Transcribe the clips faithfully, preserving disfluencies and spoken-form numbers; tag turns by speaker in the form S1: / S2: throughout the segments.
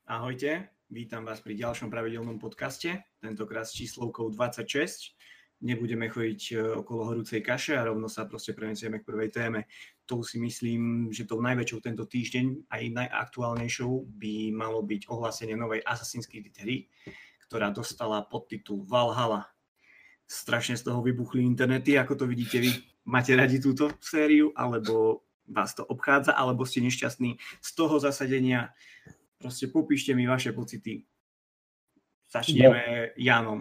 S1: Ahojte, vítam vás pri ďalšom pravidelnom podcaste, tentokrát s číslovkou dvadsaťšesť. Nebudeme chodiť okolo horúcej kaše a rovno sa proste prenesieme k prvej téme. To si myslím, že tou najväčšou tento týždeň aj najaktuálnejšou by malo byť ohlásenie novej Assassin's Creed hry, ktorá dostala podtitul Valhalla. Strašne z toho vybuchli internety, ako to vidíte vy. Máte radi túto sériu, alebo vás to obchádza, alebo ste nešťastní z toho zasadenia. Proste popíšte mi vaše pocity. Začneme no. Jánom.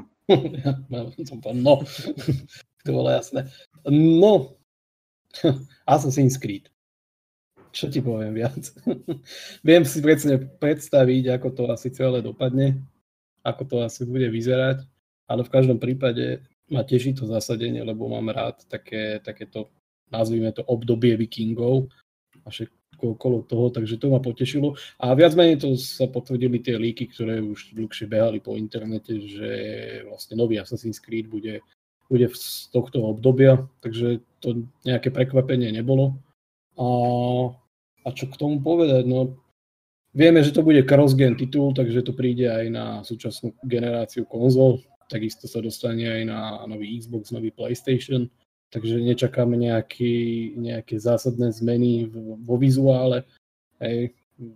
S2: No, to bolo jasné. No, Assassin's Creed. Čo ti poviem viac? Viem si presne predstaviť, ako to asi celé dopadne, ako to asi bude vyzerať, ale v každom prípade ma teší to zasadenie, lebo mám rád také, takéto, nazvime to, obdobie vikingov a všetko okolo toho, takže to ma potešilo. A viac menej to sa potvrdili tie líky, ktoré už dlhšie behali po internete, že vlastne nový Assassin's Creed bude, bude z tohto obdobia, takže to nejaké prekvapenie nebolo. A, a čo k tomu povedať? No, vieme, že to bude cross-gen titul, takže to príde aj na súčasnú generáciu konzol, takisto sa dostane aj na nový Xbox, nový PlayStation. Takže nečakáme nejaký, nejaké zásadné zmeny vo vizuále. Hej.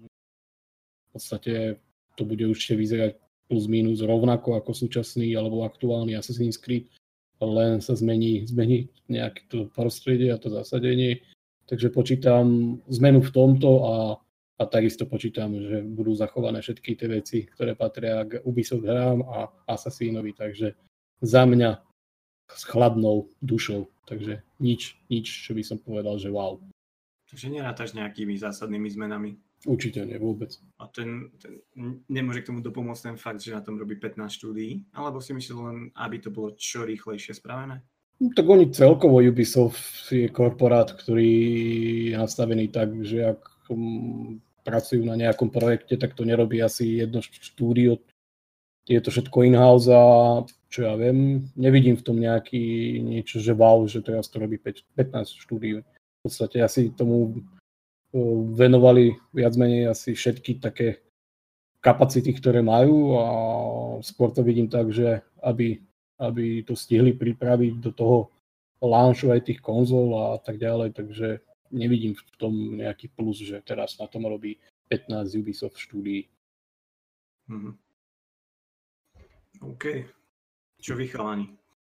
S2: V podstate to bude určite vyzerať plus minus rovnako ako súčasný alebo aktuálny Assassin's Creed, len sa zmení, zmení nejaké to prostredie a to zasadenie. Takže počítam zmenu v tomto a, a takisto počítam, že budú zachované všetky tie veci, ktoré patria k Ubisoft hrám a Assassinovi. Takže za mňa s chladnou dušou, takže nič, nič, čo by som povedal, že wow.
S1: Takže nerátaš nejakými zásadnými zmenami?
S2: Určite nie, vôbec.
S1: A ten, ten nemôže k tomu dopomôcť ten fakt, že na tom robí pätnásť štúdií? Alebo si myslíš len, aby to bolo čo rýchlejšie spravené?
S2: No, tak oni celkovo Ubisoft je korporát, ktorý je nastavený tak, že ak um, pracujú na nejakom projekte, tak to nerobí asi jedno štúdio. Je to všetko in-house a čo ja viem, nevidím v tom nejaký niečo, že wow, že teraz to robí pätnásť štúdií. V podstate asi tomu venovali viac menej asi všetky také kapacity, ktoré majú a skôr to vidím tak, že aby, aby to stihli pripraviť do toho launchu aj tých konzol a tak ďalej, takže nevidím v tom nejaký plus, že teraz na tom robí pätnásť Ubisoft štúdií.
S1: Mhm. OK. Čo vy, chalani?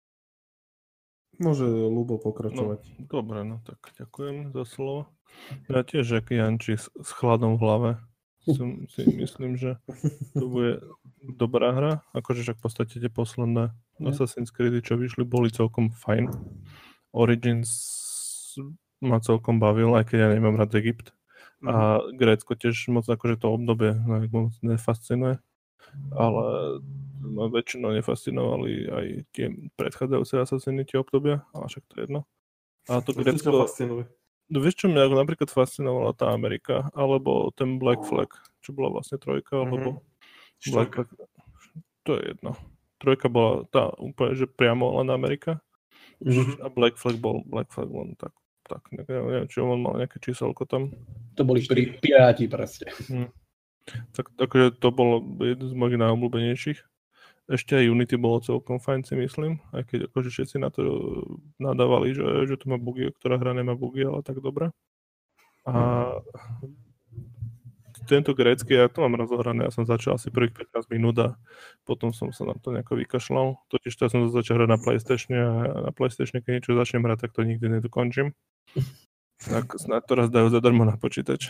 S3: Môže Ľubo pokračovať.
S4: No, dobre, no tak ďakujem za slovo. Ja tiež, jak Janči s, s chladom v hlave, som, si myslím, že to bude dobrá hra. Akože však v podstate tie posledné yeah. Assassin's Creed, čo vyšli, boli celkom fajn. Origins ma celkom bavil, aj keď ja nemám rád Egypt. Mm-hmm. A Grécko tiež moc akože to obdobie moc nefascinuje. Ale ma väčšinou nefascinovali aj tie predchádzajúce Assassiny, tie obdobia, ale však to je jedno. A to Grécko... No vieš, čo mňa napríklad fascinovala tá Amerika, alebo ten Black Flag, čo bola vlastne trojka, mm-hmm. alebo Black Flag, to je jedno. Trojka bola tá úplne, že priamo len Amerika, mm-hmm. a Black Flag bol Black Flag len tak, tak neviem, či on mal nejaké číselko tam.
S2: To boli pri, piráti proste.
S4: Hm. Tak, takže to bolo jeden z mojich najobľúbenejších. Ešte aj Unity bolo celkom fajn, si myslím, aj keď akože všetci na to nadávali, že, že to má bugy, ktorá hra nemá bugy, ale tak dobre. A tento grécky, ja to mám rozohrané, ja som začal asi prvých pätnásť minút a potom som sa na to nejako vykašľal. Totiž to ja som začal hrať na PlayStatione a na PlayStatione, keď niečo začnem hrať, tak to nikdy nedokončím. Tak snáď to raz dajú zadarmo na počítač.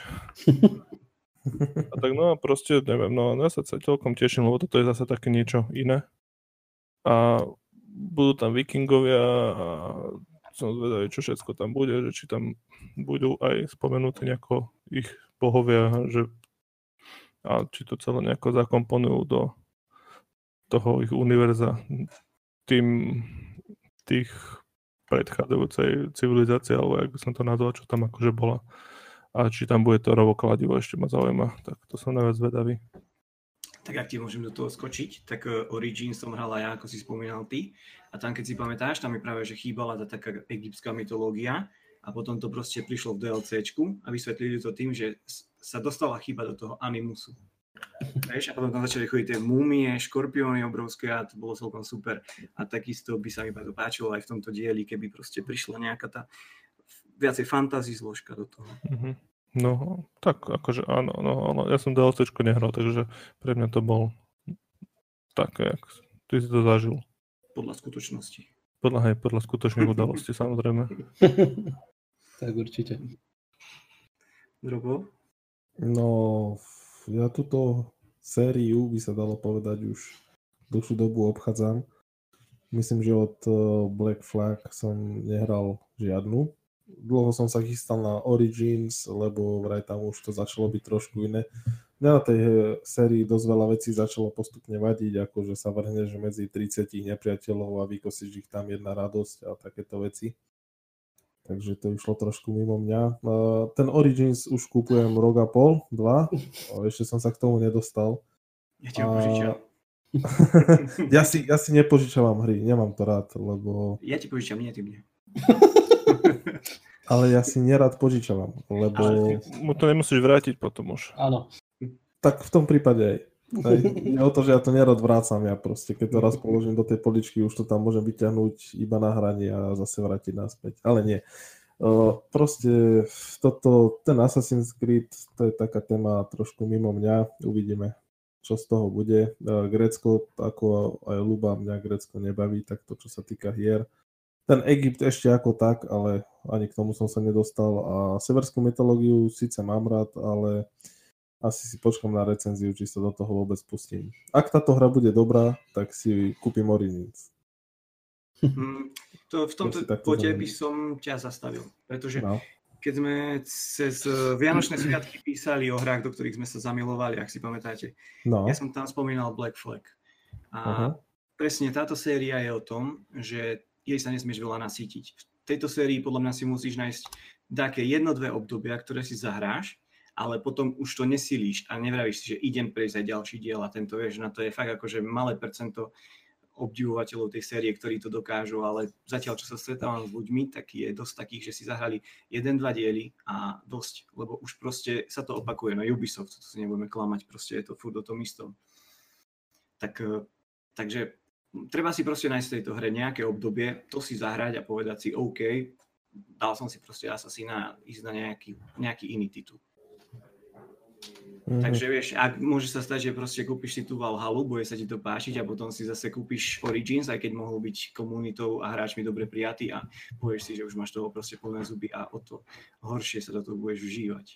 S4: A tak no a proste, neviem, no ja sa celkom teším, lebo toto je zase také niečo iné. A budú tam vikingovia a som zvedavý, čo všetko tam bude, že či tam budú aj spomenúť nejako ich bohovia, že a či to celé nejako zakomponujú do toho ich univerza tým tých predchádzajúcej civilizácie, alebo jak by som to nazval, čo tam akože bola. A či tam bude to rovokladivo, ešte ma zaujíma. Tak to som najviac zvedavý.
S1: Tak ak ti môžem do toho skočiť, tak Origins som hral aj ja, ako si spomínal ty. A tam, keď si pamätáš, tam mi práve, že chýbala tá taká egyptská mytológia. A potom to proste prišlo v DLCčku a vysvetlili to tým, že sa dostala chyba do toho animusu. Vieš, a potom tam začali chodiť tie múmie, škorpióny obrovské a to bolo celkom super. A takisto by sa mi to páčilo aj v tomto dieli, keby proste prišla nejaká tá viacej fantasy zložka do toho.
S4: Mm-hmm. No, tak akože áno, no, áno, ja som DLCčko nehral, takže pre mňa to bol také, jak ty si to zažil.
S1: Podľa skutočnosti.
S4: Podľa, hej, podľa skutočných udalostí, samozrejme.
S2: Tak určite.
S1: Drobo?
S3: No, ja túto sériu, by sa dalo povedať, už dlhšiu dobu obchádzam. Myslím, že od Black Flag som nehral žiadnu. Dlho som sa chystal na Origins, lebo vraj tam už to začalo byť trošku iné. Mňa na tej sérii dosť veľa vecí začalo postupne vadiť, ako že sa vrhneš medzi tridsať nepriateľov a vykosíš ich tam jedna radosť a takéto veci. Takže to išlo trošku mimo mňa. Ten Origins už kúpujem rok a pol, dva. Ešte som sa k tomu nedostal.
S1: Ja ti ho požičam.
S3: ja, si, ja si nepožičavam hry, nemám to rád, lebo...
S1: Ja ti požičam, nie ty mne.
S3: Ale ja si nerad požičavam, lebo...
S4: Ale mu to nemusíš vrátiť potom už.
S2: Áno.
S3: Tak v tom prípade aj. aj je o to, že ja to nerad vrácam, ja proste, keď to raz položím do tej poličky, už to tam môžem vyťahnuť iba na hranie a zase vrátiť naspäť. Ale nie. Uh, proste toto, ten Assassin's Creed, to je taká téma trošku mimo mňa, uvidíme, čo z toho bude. Uh, Grécko, ako aj ľúba, mňa Grécko nebaví, tak to, čo sa týka hier. Ten Egypt ešte ako tak, ale ani k tomu som sa nedostal. A severskú mytológiu síce mám rád, ale asi si počkam na recenziu, či sa do toho vôbec pustím. Ak táto hra bude dobrá, tak si kúpim Origins.
S1: Hmm, to v tomto pote by som ťa zastavil, pretože no. Keď sme cez Vianočné sviatky písali o hrách, do ktorých sme sa zamilovali, ak si pamätáte, no. Ja som tam spomínal Black Flag. A uh-huh. presne táto séria je o tom, že jej sa nesmieš veľa nasýtiť. V tejto sérii podľa mňa si musíš nájsť také jedno, dve obdobia, ktoré si zahráš, ale potom už to nesilíš a nevravíš si, že idem prejsť aj ďalší diel a tento, vieš, na to je fakt akože malé percento obdivovateľov tej série, ktorí to dokážu, ale zatiaľ, čo sa stretávam s ľuďmi, tak je dosť takých, že si zahrali jeden, dva diely a dosť, lebo už proste sa to opakuje. No Ubisoft, to si nebudeme klamať, proste je to furt o tom istom. Tak, takže treba si proste nájsť v tejto hre nejaké obdobie, to si zahrať a povedať si OK, dal som si proste Assassina a ísť na nejaký, nejaký iný titul. Mm-hmm. Takže vieš, ak môže sa stať, že proste kúpiš si tú Valhallu, bude sa ti to páčiť a potom si zase kúpiš Origins, aj keď mohol byť komunitou a hráčmi dobre prijatý a povieš si, že už máš toho proste plné zuby a o to horšie sa do toho budeš užívať.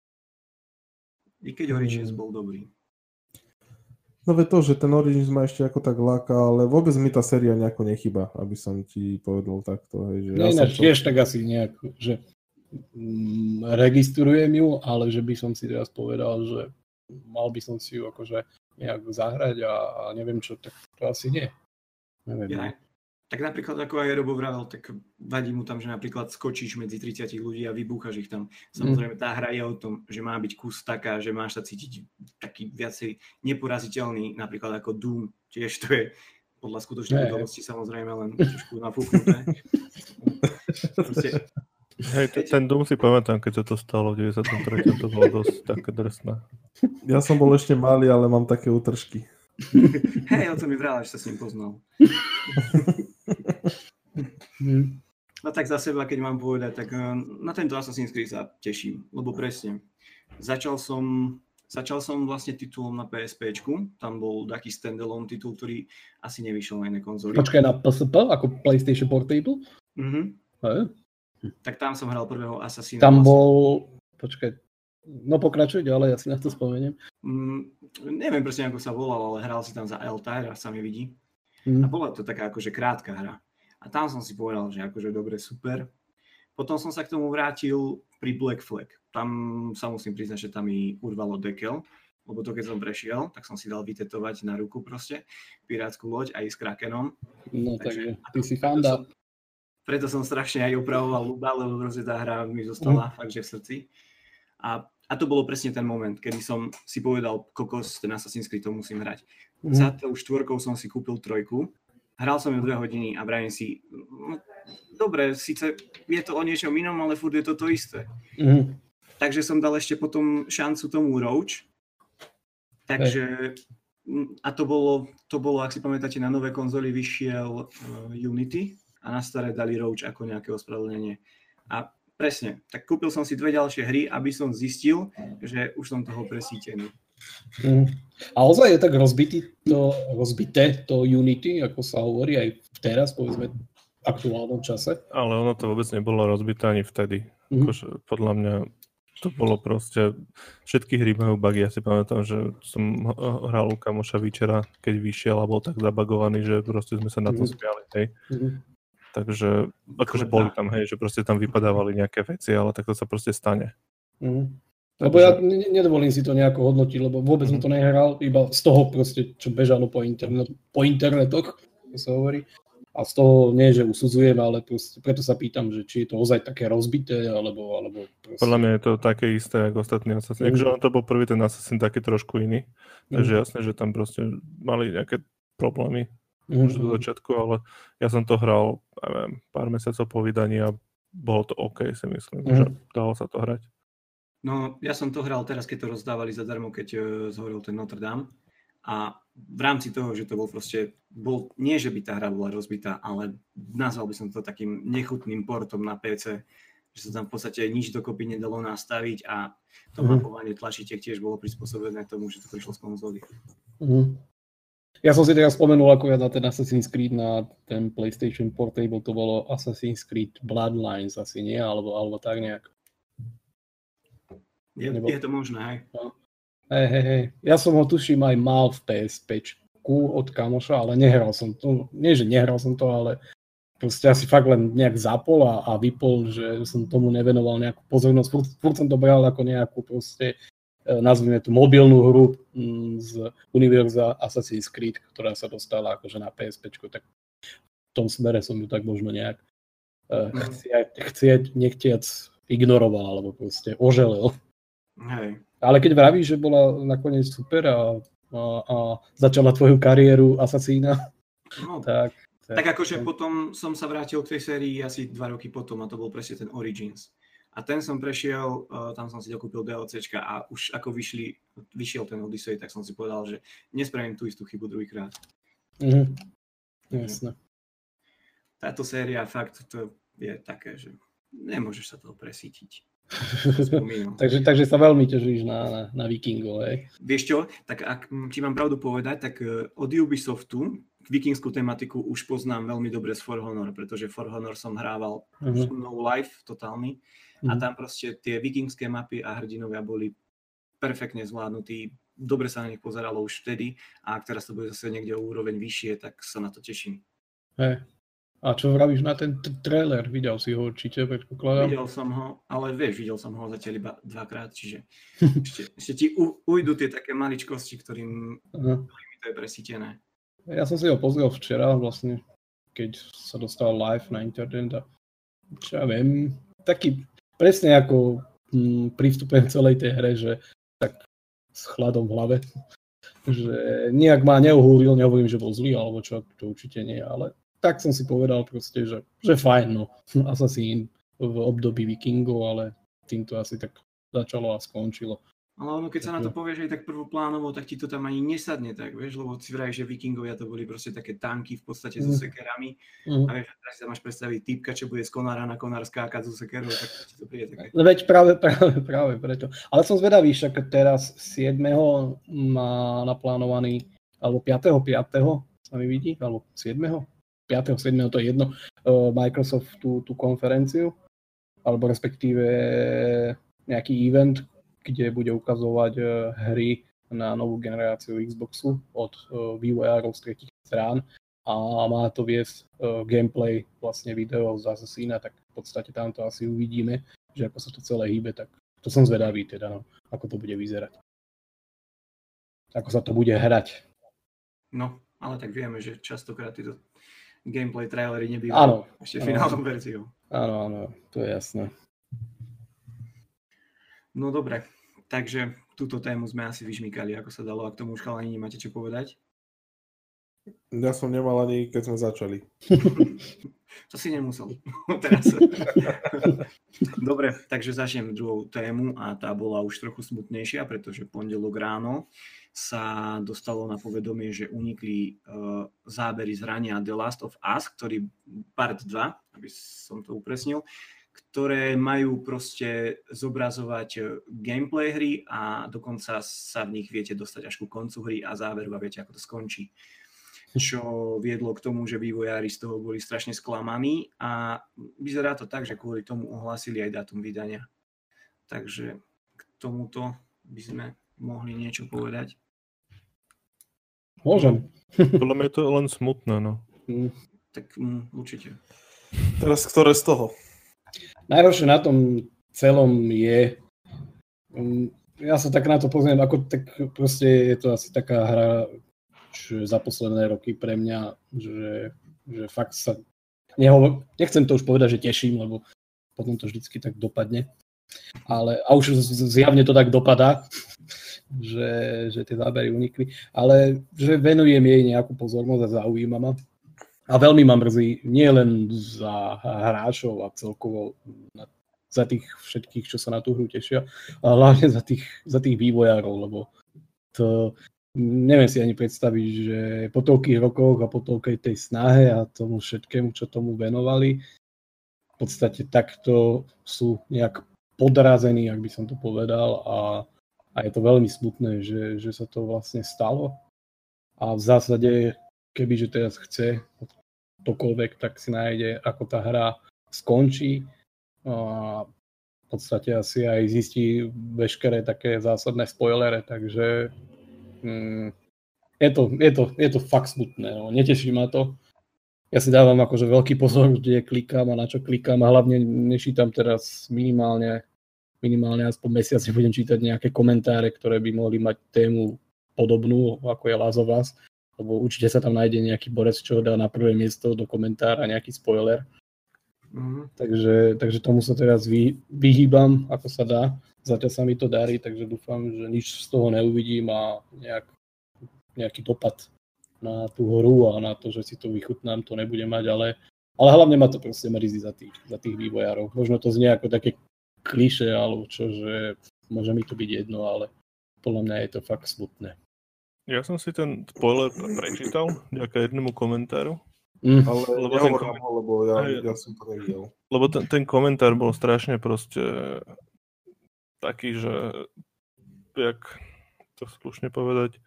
S1: I keď Origins mm. bol dobrý.
S3: No ve to, že ten Origins ma ešte ako tak láka, ale vôbec mi tá séria nejako nechyba, aby som ti povedal takto. Hej, že
S2: no ja ináč tiež to... tak asi nejak, že registrujem ju, ale že by som si teraz povedal, že mal by som si ju akože nejak zahrať a, a neviem čo, tak to asi nie. Neviem.
S1: Ja, tak napríklad ako aj Robo vravel, tak vadí mu tam, že napríklad skočíš medzi tridsať ľudí a vybúchaš ich tam. Samozrejme tá hra je o tom, že má byť kus taká, že máš sa cítiť taký viacej neporaziteľný, napríklad ako Doom, tiež to je podľa skutočnej udalosti samozrejme len trošku nafúknuté. Proste
S4: hej, ten Doom si pamätám, keď sa to stalo v deväťdesiatom treťom to bolo dosť také drsné.
S3: Ja som bol ešte malý, ale mám také útržky.
S1: Hej, o to mi vrál, že sa s ním poznal. No tak za seba, keď mám povedať, tak na tento Assassin's Creed sa teším, lebo presne, začal som, začal som vlastne titulom na PSPčku, tam bol taký standalone titul, ktorý asi nevyšiel na iné konzoly.
S2: Počkaj, na P S P, ako PlayStation Portable?
S1: Mhm.
S2: Hej.
S1: Tak tam som hral prvého Assassina.
S2: Tam vlastne. Bol, počkaj, no pokračuj ďalej, ja si na to spomeniem.
S1: Mm, neviem presne, ako sa volal, ale hral si tam za Altair, sa mi vidí. Mm. A bola to taká akože krátka hra. A tam som si povedal, že akože dobre, super. Potom som sa k tomu vrátil pri Black Flag. Tam sa musím priznať, že tam mi urvalo dekel, lebo to keď som prešiel, tak som si dal vytetovať na ruku proste pirátsku loď aj s Krakenom.
S2: No takže, takže ty si fanda.
S1: Preto som strašne aj opravoval ľuba, lebo proste tá hra mi zostala mm. fakt, že v srdci. A, a to bolo presne ten moment, kedy som si povedal, kokos, ten Assassin's Creed to musím hrať. Mm. Za tou štvorkou som si kúpil trojku, hral som ju dve hodiny a vravím si, no, dobre, síce je to o niečom inom, ale furt je to to isté. Mm. Takže som dal ešte potom šancu tomu Roach Takže, a to bolo, to bolo, ak si pamätáte, na nové konzoly vyšiel uh, Unity a na staré dali Roach ako nejaké ospravedlnenie. A presne, tak kúpil som si dve ďalšie hry, aby som zistil, že už som toho presítený.
S2: Mm. A ozaj je tak rozbitý to, rozbité to Unity, ako sa hovorí aj teraz, povedzme, v aktuálnom čase?
S4: Ale ono to vôbec nebolo rozbité ani vtedy. Mm. Akože, podľa mňa to bolo proste, všetky hry majú bugy. Ja si pamätám, že som hral u kamoša Witchera, keď vyšiel a bol tak zabagovaný, že proste sme sa na to spiali. Hej. Mm. Takže akože boli tam, hej, že proste tam vypadávali nejaké veci, ale tak to sa proste stane. Mm.
S2: Lebo ja nedovolím si to nejako hodnotiť, lebo vôbec som to nehral, iba z toho proste, čo bežalo po, internet, po internetoch, ako sa hovorí. A z toho nie, že usudzujem, ale proste, preto sa pýtam, že či je to ozaj také rozbité, alebo... alebo proste...
S4: Podľa mňa je to také isté, ako ostatní Assassin. Takže on to bol prvý ten Assassin taký trošku iný. Takže mm. jasné, že tam proste mali nejaké problémy mm. už do začiatku, ale ja som to hral, neviem, pár mesiacov po vydaní a bolo to OK, si myslím, mm. že dalo sa to hrať.
S1: No, ja som to hral teraz, keď to rozdávali zadarmo, keď uh, zhoril ten Notre Dame. A v rámci toho, že to bol proste, bol, nie že by tá hra bola rozbitá, ale nazval by som to takým nechutným portom na pé cé, že sa tam v podstate nič dokopy nedalo nastaviť a to mm. mapovanie tlačítek tiež bolo prispôsobené tomu, že to prišlo z konzoly.
S2: Mm. Ja som si teraz spomenul, ako ja na ten Assassin's Creed, na ten PlayStation Portable, to bolo Assassin's Creed Bloodlines asi, nie? Alebo, alebo tak nejak.
S1: Je, je to možné, hej.
S2: No. Hej, hej, hej. Ja som ho tuším aj mal v pé es päť od kamoša, ale nehral som to. Nie, že nehral som to, ale proste asi fakt len nejak zapol a, a vypol, že som tomu nevenoval nejakú pozornosť. Furt, furt som to bral ako nejakú proste, nazvime tú mobilnú hru z univerza Assassin's Creed, ktorá sa dostala akože na pé es päť, tak v tom smere som ju tak možno nejak chcieť, chcieť nechtiac ignoroval, alebo proste oželel.
S1: Hej.
S2: Ale keď vravíš, že bola nakoniec super a, a, a začala tvoju kariéru asasína,
S1: no,
S2: tak...
S1: Tak, tak akože tak... potom som sa vrátil k tej sérii asi dva roky potom a to bol presne ten Origins. A ten som prešiel, uh, tam som si dokúpil DLCčka a už ako vyšli, vyšiel ten Odyssey, tak som si povedal, že nespravím tú istú chybu druhýkrát.
S2: Mhm. Jasné.
S1: Táto séria fakt to je také, že nemôžeš sa toho presítiť.
S2: takže, takže sa veľmi težíš na, na, na Vikingov, hej?
S1: Vieš čo, tak ak ti mám pravdu povedať, tak od Ubisoftu vikingskú tematiku už poznám veľmi dobre z For Honor, pretože For Honor som hrával uh-huh. No Life totálny uh-huh. a tam proste tie vikingské mapy a hrdinovia boli perfektne zvládnutí, dobre sa na nich pozeralo už vtedy a ak teraz to bude zase niekde o úroveň vyššie, tak sa na to teším.
S2: Hej. A čo vravíš na ten t- trailer? Videl si ho určite, predpokladám?
S1: Videl som ho, ale vieš, videl som ho zatiaľ iba dvakrát, čiže ešte, ešte ti u, ujdu tie také maličkosti, ktorým, uh-huh. ktorými to je presítené.
S2: Ja som si ho pozrel včera vlastne, keď sa dostal live na internet a čo ja viem, taký presne ako m, prístupem celej tej hre, že tak s chladom v hlave, že nejak ma neuhúril, nehovorím, že bol zlý alebo čo, to určite nie, ale tak som si povedal proste, že, že fajn, no, Assassin v období Vikingov, ale týmto asi tak začalo a skončilo.
S1: Ale ono, keď sa na to povieš aj tak prvoplánovo, tak ti to tam ani nesadne tak, vieš, lebo si vravíš, že Vikingovia to boli proste také tanky v podstate so sekerami mm. a vieš, teraz si tam máš predstaviť týpka, čo bude z konára na konár skákať so sekerou, tak ti to príde také.
S2: Veď práve, práve, práve preto. Ale som zvedavý, však teraz siedmeho má naplánovaný, alebo piateho piateho sa mi vidí, alebo siedmeho piateho siedmeho to je jedno, Microsoft tú, tú konferenciu, alebo respektíve nejaký event, kde bude ukazovať hry na novú generáciu Xboxu od vývojárov z tretích strán a má to viesť gameplay vlastne video z Assassina, tak v podstate tam to asi uvidíme, že ako sa to celé hýbe, tak to som zvedavý teda, no, ako to bude vyzerať. Ako sa to bude hrať.
S1: No, ale tak vieme, že častokrát tieto gameplay trailery nebývajú ešte finálnou verziou.
S2: Áno, áno, to je jasné.
S1: No dobre, takže túto tému sme asi vyžmýkali, ako sa dalo, a k tomu už chalani nemáte čo povedať?
S3: Ja som nemal ani, keď sme začali.
S1: To si nemusel. Teraz. Dobre, takže začnem druhou tému a tá bola už trochu smutnejšia, pretože pondelok ráno sa dostalo na povedomie, že unikli uh, zábery z hrania The Last of Us, ktorý part dva, aby som to upresnil, ktoré majú proste zobrazovať gameplay hry a dokonca sa v nich viete dostať až ku koncu hry a záveru a viete, ako to skončí. Čo viedlo k tomu, že vývojári z toho boli strašne sklamaní a vyzerá to tak, že kvôli tomu ohlásili aj dátum vydania. Takže k tomuto by sme mohli niečo povedať.
S2: Môžem.
S4: Podľa mňa je to len smutné, no.
S2: Mm.
S1: Tak mm, určite.
S3: Teraz ktoré z toho?
S2: Najhoršie na tom celom je, um, ja sa tak na to pozriem, ako tak proste je to asi taká hra, čo za posledné roky pre mňa, že, že fakt sa, nehovor, nechcem to už povedať, že teším, lebo potom to vždycky tak dopadne. Ale, a už zjavne to tak dopadá, že, že tie zábery unikli, ale že venujem jej nejakú pozornosť a zaujíma ma. A veľmi ma mrzí, nie len za hráčov a celkovo za tých všetkých, čo sa na tú hru tešia, ale hlavne za tých, za tých vývojárov, lebo to neviem si ani predstaviť, že po toľkých rokoch a po toľkej tej snahe a tomu všetkému, čo tomu venovali, v podstate takto sú nejak podrazení, ak by som to povedal, a, a je to veľmi smutné, že, že sa to vlastne stalo. A v zásade, kebyže teraz chce ktokoľvek, tak si nájde, ako tá hra skončí. A v podstate asi aj zistí veškeré také zásadné spoilery, takže mm, je, to, je, to, je to fakt smutné. No. Neteší ma to. Ja si dávam akože veľký pozor, kde klikám a na čo klikám a hlavne nečítam teraz minimálne, minimálne aspoň mesiac nebudem čítať nejaké komentáre, ktoré by mohli mať tému podobnú, ako je Last of Us, lebo určite sa tam nájde nejaký borec, čo ho dá na prvé miesto do komentára, nejaký spoiler. Mm-hmm. Takže, takže tomu sa teraz vy, vyhýbam, ako sa dá. Zatiaľ sa mi to darí, takže dúfam, že nič z toho neuvidím a nejak, nejaký dopad na tú hru a na to, že si to vychutnám, to nebude mať, ale, ale hlavne ma to proste mrzí za tých, za tých vývojárov. Možno to znie ako také klišé, alebo čo, že môže mi to byť jedno, ale podľa mňa je to fakt smutné.
S4: Ja som si ten spoiler prečítal, ďaká jednému komentáru.
S2: Mm.
S3: Ale
S4: lebo
S3: ja
S4: ten
S3: hovorím
S4: koment-
S3: ho, lebo ja,
S4: Aj,
S3: ja som to nevidel.
S4: Lebo ten, ten komentár bol strašne proste taký, že jak to slušne povedať,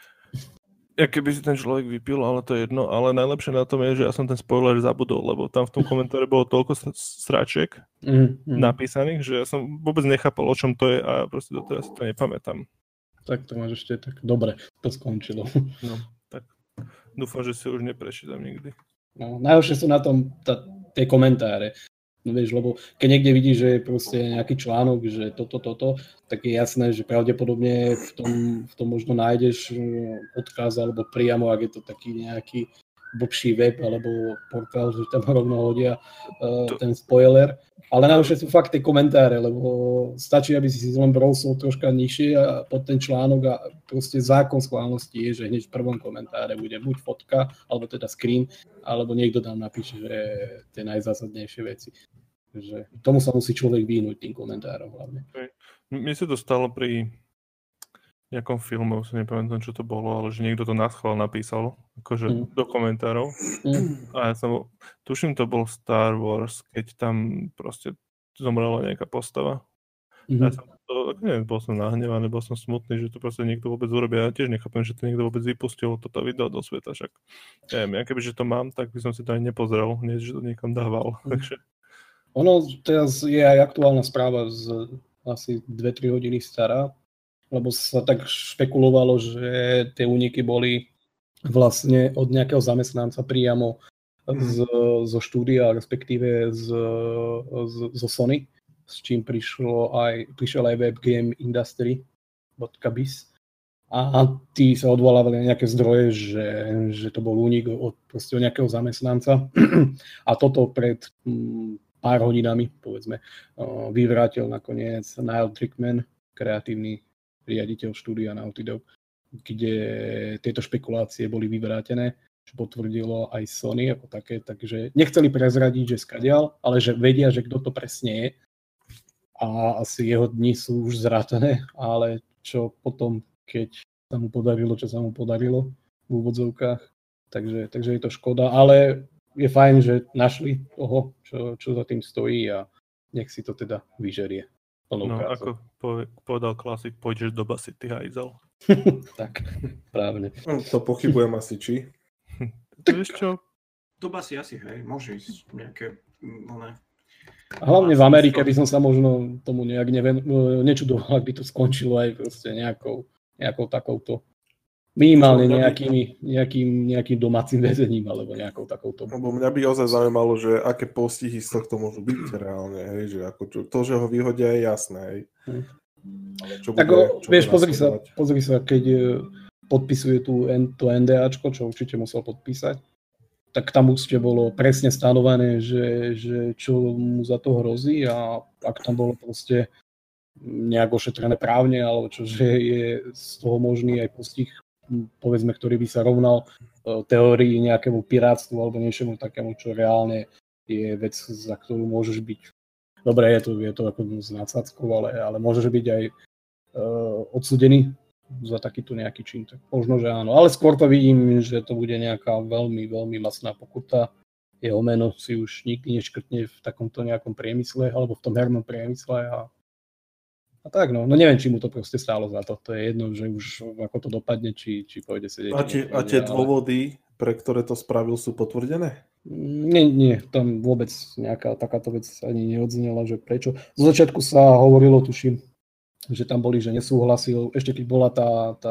S4: jak keby si ten človek vypil, ale to je jedno, ale najlepšie na tom je, že ja som ten spoiler zabudol, lebo tam v tom komentáre bolo toľko sračiek
S2: Mm, mm.
S4: napísaných, že ja som vôbec nechápal, o čom to je a proste doteraz si to nepamätám.
S2: Tak to máš ešte tak dobre, to skončilo.
S4: No, tak dúfam, že si už neprečítam nikdy.
S2: No, najhoršie sú na tom tá, tie komentáre. No vieš, lebo keď niekde vidíš, že je proste nejaký článok, že toto, toto, tak je jasné, že pravdepodobne v tom, v tom možno nájdeš odkaz, alebo priamo, ak je to taký nejaký blbší web, alebo portál, že tam rovno hodia uh, ten spoiler. Ale najhoršie sú fakt tie komentáre, lebo stačí, aby si si len browsol troška nižšie a pod ten článok a proste zákon schválnosti je, že hneď v prvom komentáre bude buď fotka, alebo teda screen, alebo niekto tam napíše, že tie najzásadnejšie veci. Takže tomu sa musí človek vyhnúť tým komentárom hlavne.
S4: Mne sa to stalo pri nejakom filme, už sa nepamätám, čo to bolo, ale že niekto to naschvál napísal, akože mm. do komentárov. Mm. A ja som, tuším, to bol Star Wars, keď tam proste zomrela nejaká postava. Mm-hmm. Ja som to, neviem, bol som nahnevaný, bol som smutný, že to proste niekto vôbec urobí. Ja tiež nechápem, že to niekto vôbec vypustil toto video do sveta, však neviem, ja kebyže to mám, tak by som si to aj nepozrel, nie, že to niekam dával. Mm. Takže
S2: ono teraz je aj aktuálna správa z asi dve tri hodiny stará, lebo sa tak špekulovalo, že tie úniky boli vlastne od nejakého zamestnanca priamo z, zo štúdia, respektíve z, z, zo Sony, s čím prišlo aj, prišiel aj webgame industry bodka biz. A tí sa odvolávali na nejaké zdroje, že, že to bol únik od, proste od nejakého zamestnanca. A toto pred m, pár hodinami, povedzme, vyvrátil nakoniec Neil Druckmann, kreatívny riaditeľ štúdia Naughty Dog, kde tieto špekulácie boli vyvrátené, čo potvrdilo aj Sony ako také, takže nechceli prezradiť, že skadiaľ, ale že vedia, že kto to presne je a asi jeho dni sú už zrátané, ale čo potom, keď sa mu podarilo, čo sa mu podarilo v úvodzovkách. Takže, takže je to škoda, ale je fajn, že našli toho, čo, čo za tým stojí a nech si to teda vyžerie.
S4: No, ako povedal klasik, pôjdeš do basy, ty hajzel.
S2: Tak, právne.
S3: No, to pochybujem asi, či?
S4: Vieš čo?
S1: Do basy asi, hej, môže ísť nejaké, oné...
S2: Hlavne v Amerike by som sa možno tomu nejak neven... nečudoval, ak by to skončilo aj proste nejakou, nejakou takouto minimálne nejakými, nejakým, nejakým domácim väzením alebo nejakou takouto.
S3: Lebo mňa by ozaj zaujímalo, že aké postihy z tohto môžu byť reálne, hej, že ako čo, to, že ho vyhodia je jasné, hej. Hm. Čo
S2: tak
S3: bude,
S2: o,
S3: čo
S2: vieš, pozri sa, pozri sa, keď podpisuje tú, to NDAčko, čo určite musel podpísať, tak tam určite bolo presne stanovené, že, že čo mu za to hrozí a ak tam bolo proste nejak ošetrené právne, alebo čo, že je z toho možný aj postih, povedzme, ktorý by sa rovnal teórii nejakému pirátstvu alebo niečomu takému, čo reálne je vec, za ktorú môžeš byť. Dobre, je to, je to ako s nadsackou, ale, ale môžeš byť aj uh, odsúdený za takýto nejaký čin. Tak možno, že áno. Ale skôr to vidím, že to bude nejaká veľmi, veľmi masná pokuta. Jeho meno si už nikdy neškrtne v takomto nejakom priemysle alebo v tom hernom priemysle a, a tak no. No neviem, či mu to proste stálo za to. To je jedno, že už ako to dopadne, či, či pôjde sedieť.
S3: A, či, a tie ale... dôvody, pre ktoré to spravil, sú potvrdené?
S2: Nie, nie, tam vôbec nejaká takáto vec ani neodznela, že prečo. Z začiatku sa hovorilo, tuším, že tam boli, že nesúhlasil, ešte keď bola tá, tá,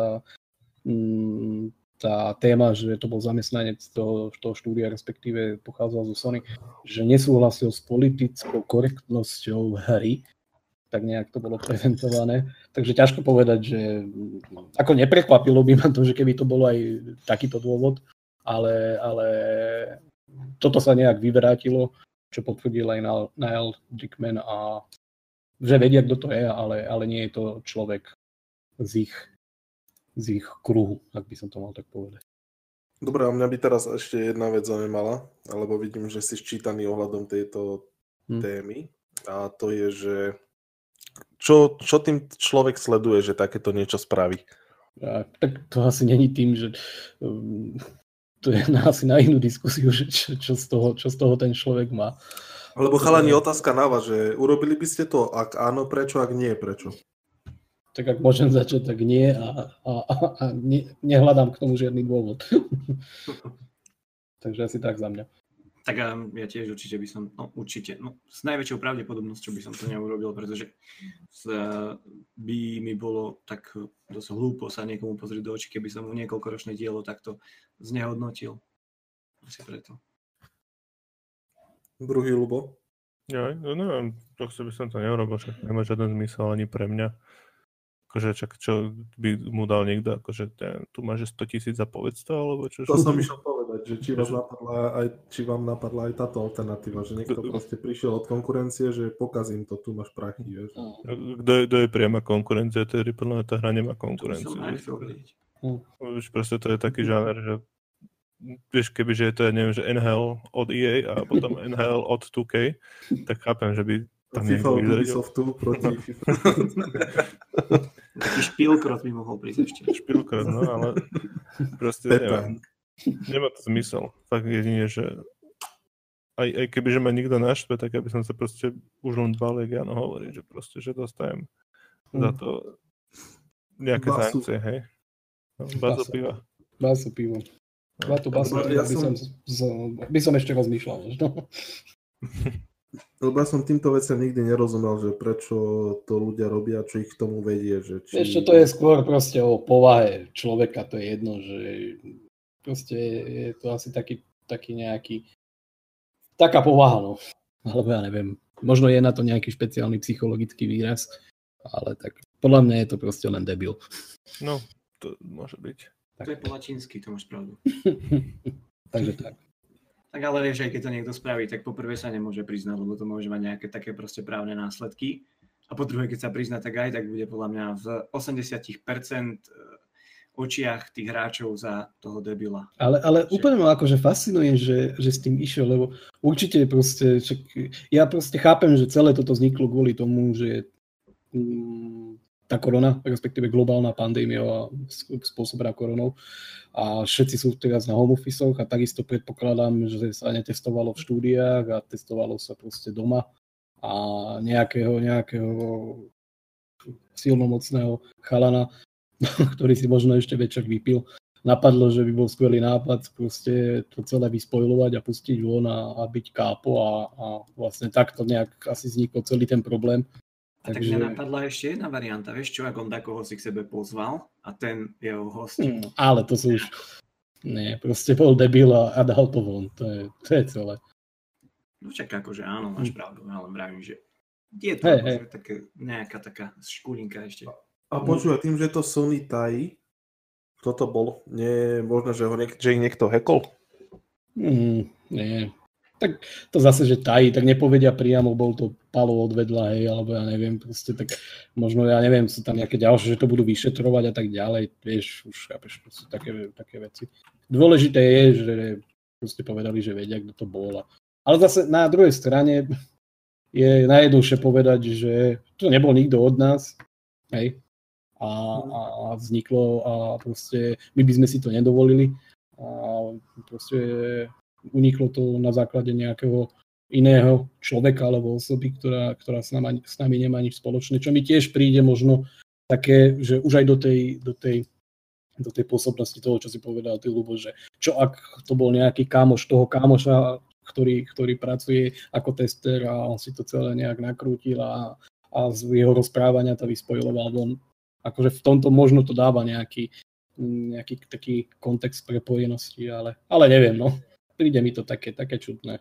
S2: tá téma, že to bol zamestnanec toho, toho štúdia, respektíve pochádzal zo Sony, že nesúhlasil s politickou korektnosťou hry, tak nejak to bolo prezentované. Takže ťažko povedať, že ako neprekvapilo by ma to, že keby to bolo aj takýto dôvod, ale, ale toto sa nejak vyvrátilo, čo potvrdil aj Neil Druckmann a že vedia, kto to je, ale, ale nie je to človek z ich, z ich kruhu, ak by som to mal tak povedať.
S3: Dobre, a mňa by teraz ešte jedna vec zaujímala, alebo vidím, že si sčítaný ohľadom tejto hmm. témy a to je, že čo, čo tým človek sleduje, že takéto niečo spraví?
S2: A, tak to asi není tým, že um, to je na, asi na inú diskusiu, že čo, čo, z toho, čo z toho ten človek má.
S3: Alebo chalani, otázka na vás, že urobili by ste to, ak áno, prečo, ak nie, prečo?
S2: Tak ak môžem začať, tak nie a, a, a, a ne, nehľadám k tomu žiadny dôvod. Takže asi tak za mňa.
S1: Tak ja tiež určite by som, no určite, no s najväčšou pravdepodobnosťou by som to neurobil, pretože by mi bolo tak dosť hlúpo sa niekomu pozrieť do očí, keby som mu niekoľkoročné dielo takto znehodnotil. Asi preto.
S3: Druhý Ľubo?
S4: Ja, no neviem, proste by som to neurobil, však nemá žiaden zmysel ani pre mňa. Akože čak, čo by mu dal niekto, akože tu máš sto tisíc za povedz to, alebo čo?
S3: To som išiel povedať, že či, vás napadla aj, či vám napadla aj táto alternatíva, že niekto proste prišiel od konkurencie, že pokazím to, tu máš prachy, vieš.
S4: Kto je, kto je priama konkurencia, to je podľa mňa tá hra nemá konkurenciu.
S1: To som aj chcel vedieť.
S4: Už proste to je taký žáner, že vieš, kebyže je to, ja neviem, že en há el od í á a potom en há el od two K, tak chápem, že by tam
S3: FIFA od Ubisoftu proti FIFA.
S1: Taký špilkrot by mohol prísť ešte.
S4: Špilkrot, no, ale proste neviem. Nemá to zmysel. Fakt jedine, že aj, aj kebyže ma nikto naštve, tak aby som sa proste už len dbal, jak Jano hovorí, že proste, že dostajem mm. za to nejaké basu. Sankcie, hej. No, basu piva.
S2: Basu pivo. Batu, basu, ja by, som, som, by som ešte rozmýšľal. No.
S3: Lebo ja som týmto veciam nikdy nerozumel, že prečo to ľudia robia, čo ich k tomu vedie. Že či...
S2: Ešte to je skôr proste o povahe človeka, to je jedno, že proste je to asi taký, taký nejaký taká povaha, no. Alebo ja neviem, možno je na to nejaký špeciálny psychologický výraz, ale tak podľa mňa je to proste len debil.
S4: No, to môže byť.
S1: Tak. To je po latinsky, to máš pravdu.
S2: Takže tak.
S1: Tak ale vieš, aj keď to niekto spraví, tak po prvé sa nemôže priznať, lebo to môže mať nejaké také proste právne následky. A po druhé, keď sa prizná, tak aj tak bude podľa mňa v osemdesiat percent očiach tých hráčov za toho debila.
S2: Ale, ale úplne ma akože fascinuje, že, že s tým išiel, lebo určite proste, čak, ja proste chápem, že celé toto vzniklo kvôli tomu, že mm, tá korona, respektíve globálna pandémia spôsobená koronou. A všetci sú teraz na home office a takisto predpokladám, že sa netestovalo v štúdiách a testovalo sa proste doma a nejakého, nejakého silnomocného chalana, ktorý si možno ešte večer vypil, napadlo, že by bol skvelý nápad proste to celé vyspojovať a pustiť von a, a byť kápo a, a vlastne takto nejak asi vznikol celý ten problém.
S1: A tak
S2: Takže...
S1: mňa napadla ešte jedna varianta, vieš čo, ak on takoho si k sebe pozval a ten jeho host.
S2: Mm, ale to sú už... Nie, proste bol debil a, a dal to von, to je, to je celé.
S1: No však akože áno, máš pravdu, ale vravím, že je to
S2: hey,
S1: akože
S2: hey.
S1: také, nejaká taká škulinka ešte.
S3: A počúva, tým, že to Sony tají, kto to bol? Nie je možné, že, ho niek- že ich niekto hackol?
S2: Mm, nie. Tak to zase, že tají, tak nepovedia priamo, bol to Palo odvedla, hej, alebo ja neviem, proste tak možno, ja neviem, sú tam nejaké ďalšie, že to budú vyšetrovať a tak ďalej, vieš, už chápeš, to sú také, také veci. Dôležité je, že proste povedali, že vedia, kto to bol. Ale zase na druhej strane je najjednoduchšie povedať, že to nebol nikto od nás, hej, a, a vzniklo a proste my by sme si to nedovolili a proste uniklo to na základe nejakého iného človeka alebo osoby, ktorá, ktorá s, nami, s nami nemá nič spoločné, čo mi tiež príde možno také, že už aj do tej, do tej, do tej pôsobnosti toho, čo si povedal ty, Ľubo, že čo ak to bol nejaký kámoš toho kámoša, ktorý, ktorý pracuje ako tester a on si to celé nejak nakrútil a, a z jeho rozprávania to vyspojiloval von. Akože v tomto možno to dáva nejaký, nejaký taký kontext prepojenosti, ale, ale neviem, no. Príde mi to také, také čudné.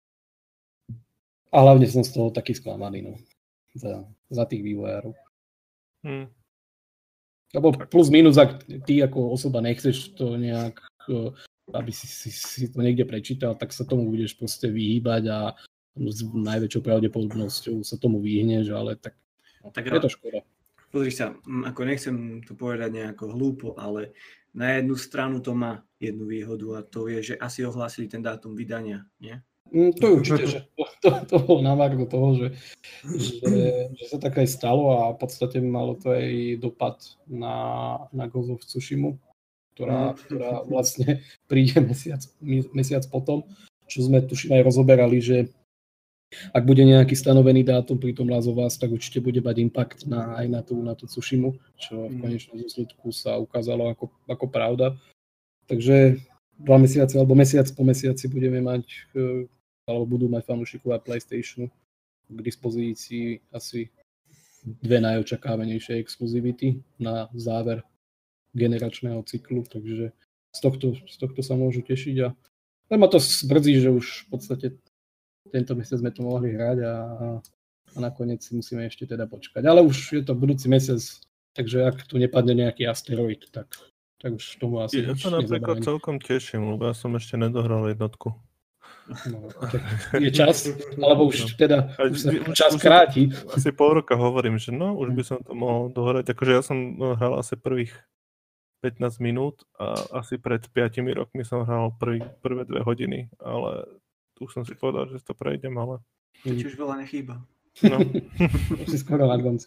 S2: A hlavne som z toho taký sklamaný, no. Za, za tých vývojárov.
S4: Hmm.
S2: Lebo plus minus, ak ty ako osoba nechceš to nejak, aby si, si, si to niekde prečítal, tak sa tomu budeš proste vyhýbať a s najväčšou pravdepodobnosťou sa tomu vyhneš, ale tak, no, tak je to škoda.
S1: Pozri sa, ako nechcem to povedať nejako hlúpo, ale na jednu stranu to má jednu výhodu a to je, že asi ohlásili ten dátum vydania, nie?
S2: Mm, to je určite, že to, to, to bol na margo toho, že, že, že sa tak aj stalo a v podstate malo to aj dopad na, na Ghost of Tsushimu, ktorá, ktorá vlastne príde mesiac, mesiac potom, čo sme tuším aj rozoberali, že ak bude nejaký stanovený dátum pri tom Last of Us, tak určite bude mať impact na, aj na tú, na tú Tsushimu, čo v konečnom dôsledku sa ukázalo ako, ako pravda. Takže dva mesiace alebo mesiac po mesiaci budeme mať, alebo budú mať fanúšikovia PlayStationu k dispozícii asi dve najočakávanejšie exkluzivity na záver generačného cyklu, takže z tohto, z tohto sa môžu tešiť a len ma to zbrzí, že už v podstate tento mesiac sme to mohli hrať a, a nakoniec si musíme ešte teda počkať. Ale už je to budúci mesiac, takže ak tu nepadne nejaký asteroid, tak, tak už tomu asi
S4: ja
S2: nič
S4: sa napríklad
S2: nezabráni.
S4: celkom teším, lebo ja som ešte nedohral jednotku.
S2: No, je čas, alebo už teda už sa čas
S4: už
S2: kráti.
S4: Asi pol roka hovorím, že no, už by som to mohol dohrať. Akože ja som hral asi prvých pätnásť minút a asi pred piatimi rokmi som hral prvý, prvé dve hodiny, ale už som si povedal, že to prejdem, ale...
S1: Či už veľa nechýba.
S4: No.
S2: Už si skoro na konci.